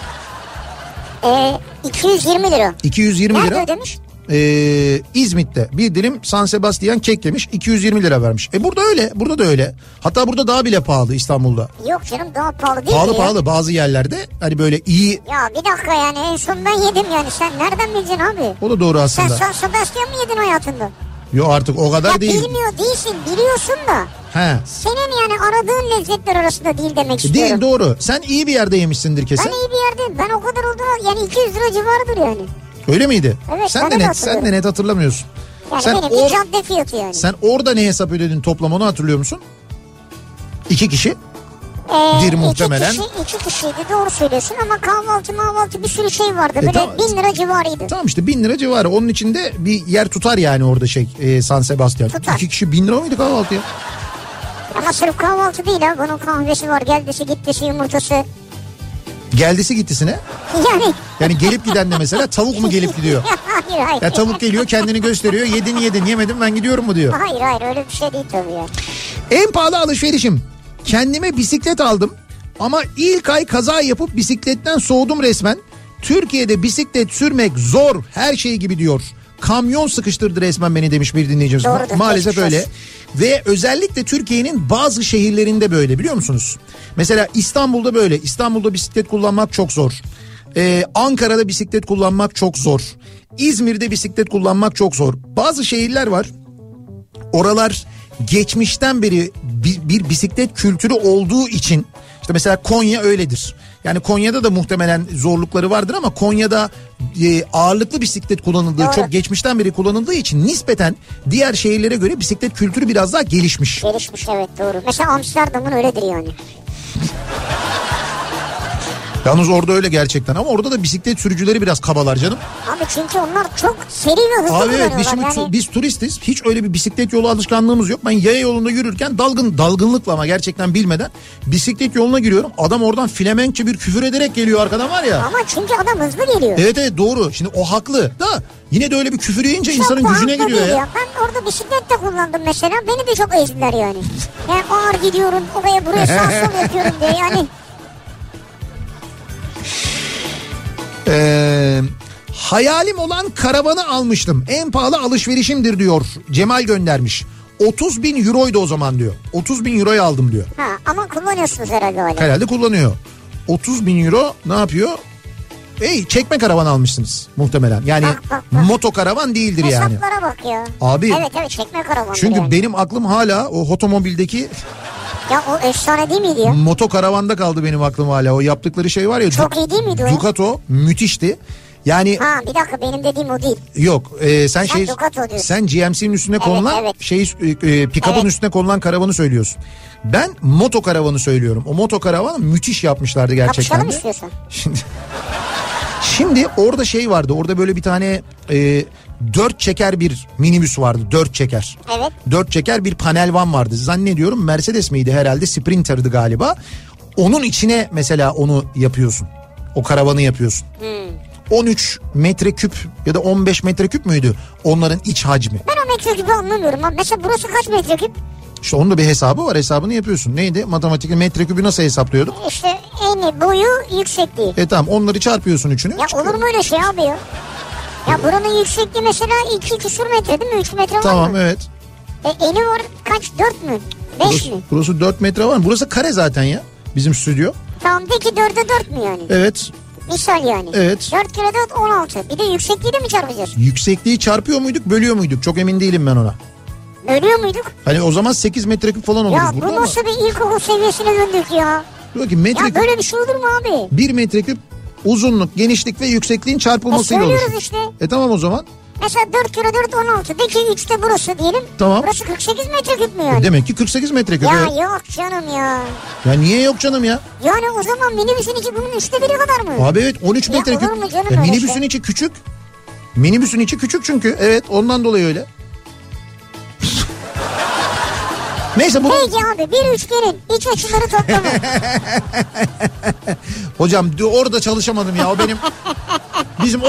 220 lira. 220 lira. Nerede ödemiş? İzmit'te bir dilim San Sebastian kek demiş, 220 lira vermiş. Burada öyle, burada da öyle. Hatta burada daha bile pahalı İstanbul'da. Yok canım, daha pahalı değil pahalı mi pahalı bazı yerlerde hani böyle iyi. Ya bir dakika, yani en son ben yedim yani, sen nereden bileceksin abi? O da doğru aslında. Sen San Sebastian mı yedin hayatında? Yok artık o kadar ya değil. Bilmiyor değilsin, biliyorsun da. He. Senin yani aradığın lezzetler arasında değil demek istiyorum. Değil, doğru. Sen iyi bir yerde yemişsindir kesin. Ben iyi bir yerdeyim. Ben o kadar olduğuna yani 200 lira civarıdır yani. Öyle miydi? Evet, sen de net hatırlamıyorsun. Yani sen benimki cadde fiyatı yani. Sen orada ne hesap ödedin toplam, onu hatırlıyor musun? 2 kişi. Dir muhtemelen. 2 kişiydi, doğru söylüyorsun ama kahvaltı bir sürü şey vardı. Böyle tamam. 1000 lira civarıydı. Tamam işte 1000 lira civarı. Onun içinde bir yer tutar yani orada San Sebastian. Tutar. 2 kişi 1000 lira mıydı kahvaltıya? Ama sırf kahvaltı değil ha. Bunun kahvesi var, geldisi gittisi, yumurtası. Geldisi gittisine. Yani gelip giden de mesela tavuk mu gelip gidiyor? Hayır. Ya tavuk geliyor, kendini gösteriyor. Yedin yemedim ben gidiyorum mu diyor. Hayır öyle bir şey değil tabii ya. En pahalı alışverişim. Kendime bisiklet aldım ama ilk ay kaza yapıp bisikletten soğudum resmen. Türkiye'de bisiklet sürmek zor, her şey gibi diyor. Kamyon sıkıştırdı resmen beni demiş bir dinleyicimiz. Doğrudur, maalesef öyle. Ve özellikle Türkiye'nin bazı şehirlerinde böyle, biliyor musunuz? Mesela İstanbul'da böyle. İstanbul'da bisiklet kullanmak çok zor. Ankara'da bisiklet kullanmak çok zor. İzmir'de bisiklet kullanmak çok zor. Bazı şehirler var. Oralar geçmişten beri bir bisiklet kültürü olduğu için, işte mesela Konya öyledir. Yani Konya'da da muhtemelen zorlukları vardır ama Konya'da ağırlıklı bisiklet kullanıldığı, doğru, çok geçmişten beri kullanıldığı için nispeten diğer şehirlere göre bisiklet kültürü biraz daha gelişmiş. Gelişmiş, evet, doğru. Mesela Amsterdam'ın öyledir yani. Yalnız orada öyle gerçekten, ama orada da bisiklet sürücüleri biraz kabalar canım. Abi çünkü onlar çok seri ve hızlı Abi evet, yani. biz turistiz, hiç öyle bir bisiklet yolu alışkanlığımız yok. Ben yaya yolunda yürürken dalgınlıkla ama gerçekten bilmeden bisiklet yoluna giriyorum. Adam oradan Flemenkçe bir küfür ederek geliyor arkadan var ya. Ama çünkü adam hızlı geliyor. Evet doğru, şimdi o haklı da yine de öyle bir küfür yiyince çok insanın gücüne gidiyor ya. Ben orada bisiklet de kullandım mesela, beni de çok ezdiler yani. Yani ağır gidiyorum oraya buraya sağ sol yapıyorum diye yani. Hayalim olan karavanı almıştım. En pahalı alışverişimdir diyor. Cemal göndermiş. 30 bin euroydu o zaman diyor. 30 bin euroya aldım diyor. Ha, ama kullanıyorsunuz herhalde öyle. Herhalde kullanıyor. 30 bin euro ne yapıyor? Çekme karavan almışsınız muhtemelen. Yani bak. Moto karavan değildir yani. Hesaplara bak ya. Abi. Evet çekme karavan. Çünkü yani. benim aklım hala o otomobildeki... Ya o efsane değil miydi ya? Moto karavanda kaldı benim aklım hala. O yaptıkları şey var ya. Çok iyi değil miydi o? Ducato müthişti. Yani ha bir dakika, benim dediğim o değil. Yok, sen GMC'nin üstüne konulan pick-up'ın üstüne konulan karavanı söylüyorsun. Ben moto karavanı söylüyorum. O moto karavanı müthiş yapmışlardı gerçekten. Kapışalım istiyorsan. Şimdi orada vardı. Orada böyle bir tane 4 çeker bir minibüs vardı. 4 çeker. Evet. 4 çeker bir panel van vardı. Zannediyorum Mercedes miydi, herhalde Sprinter'dı galiba. Onun içine mesela onu yapıyorsun. O karavanı yapıyorsun. 13 metreküp ya da 15 metreküp müydü onların iç hacmi? Ben o metreküpü anlamıyorum abi. Mesela burası kaç metreküp? İşte onun da bir hesabı var, hesabını yapıyorsun. Neydi? Matematikte metreküpü nasıl hesaplıyorduk? İşte eni, boyu, yüksekliği. Tamam, onları çarpıyorsun üçünü. Ya olur mu öyle şey abi ya? Ya buranın yüksekliği mesela 2 küsur metre değil mi? 3 metre var mı? Tamam, evet. Eni var kaç? 4 mü? 5 mi? Burası 4 metre var mı? Burası kare zaten ya. Bizim stüdyo. Tamam de ki 4'e 4 mü yani? Evet. Misal yani. Evet. 4 kere 4 16. Bir de yüksekliği de mi çarpacağız? Yüksekliği çarpıyor muyduk, bölüyor muyduk? Çok emin değilim ben ona. Bölüyor muyduk? Hani o zaman 8 metreküp falan oluruz ya burada bu nasıl bir ilkokul seviyesine döndük ya? Dur bakayım, metreküp. Ya böyle bir şey olur mu abi? 1 metreküp uzunluk, genişlik ve yüksekliğin çarpılmasıyla olur. Söylüyoruz işte. Tamam o zaman. Mesela 4 kere 4 16. De ki 3'te burası diyelim. Tamam. Burası 48 metreküp mü yani? Demek ki 48 metreküp. Ya Evet. yok canım ya. Ya niye yok canım ya? Yani o zaman minibüsün içi bunun 3'te 1'i kadar mı? Abi evet, 13 Ya metreküp. olur mu canım Ya öyle minibüsün şey? içi küçük. Minibüsün içi küçük çünkü. Evet, ondan dolayı öyle. Neyse bu. Peki abi bir üçgenin iç açıları toplamı. Hocam orada çalışamadım ya, o benim. Bizim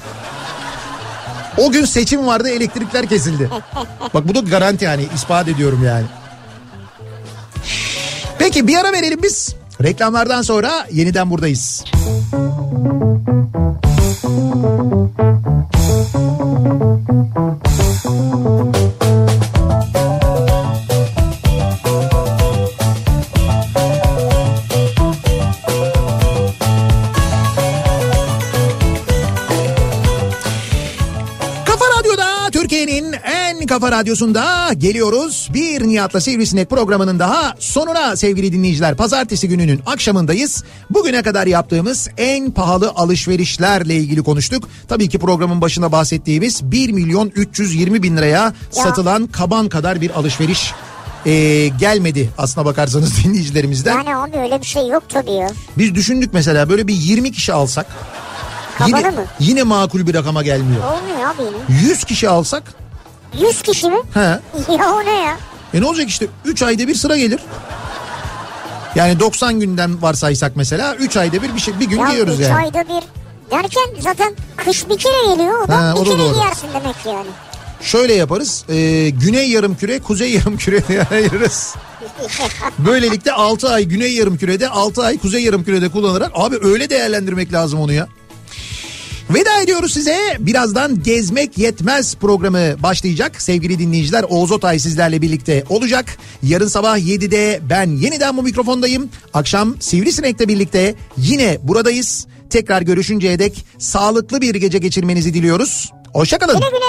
o gün seçim vardı, elektrikler kesildi. Bak bu da garanti, yani ispat ediyorum yani. Peki bir ara verelim biz. Reklamlardan sonra yeniden buradayız. Kafa Radyosu'nda geliyoruz. Bir Nihat'la Sivrisinek programının daha sonuna sevgili dinleyiciler. Pazartesi gününün akşamındayız. Bugüne kadar yaptığımız en pahalı alışverişlerle ilgili konuştuk. Tabii ki programın başında bahsettiğimiz 1.320.000 liraya satılan kaban kadar bir alışveriş gelmedi aslına bakarsanız dinleyicilerimizden. Yani abi öyle bir şey yok tabii ya. Biz düşündük mesela böyle bir 20 kişi alsak. Yine makul bir rakama gelmiyor. Olmuyor abi yine. 100 kişi alsak. 100 kişi mi? He. Ya o ne ya? Ne olacak işte, 3 ayda bir sıra gelir. Yani 90 günden varsaysak mesela 3 ayda bir gün giyiyoruz yani. 3 ayda bir derken zaten kış bir kere geliyor, o da bir kere giyersin demek ki yani. Şöyle yaparız, güney yarımküre, kuzey yarımküre diye ayırırız. Böylelikle 6 ay güney yarımkürede, 6 ay kuzey yarımkürede kullanarak, abi öyle değerlendirmek lazım onu ya. Veda ediyoruz size. Birazdan Gezmek Yetmez programı başlayacak. Sevgili dinleyiciler, Oğuz Otay sizlerle birlikte olacak. Yarın sabah 7'de ben yeniden bu mikrofondayım. Akşam Sivrisinek'le birlikte yine buradayız. Tekrar görüşünceye dek sağlıklı bir gece geçirmenizi diliyoruz. Hoşça kalın. Güle güle.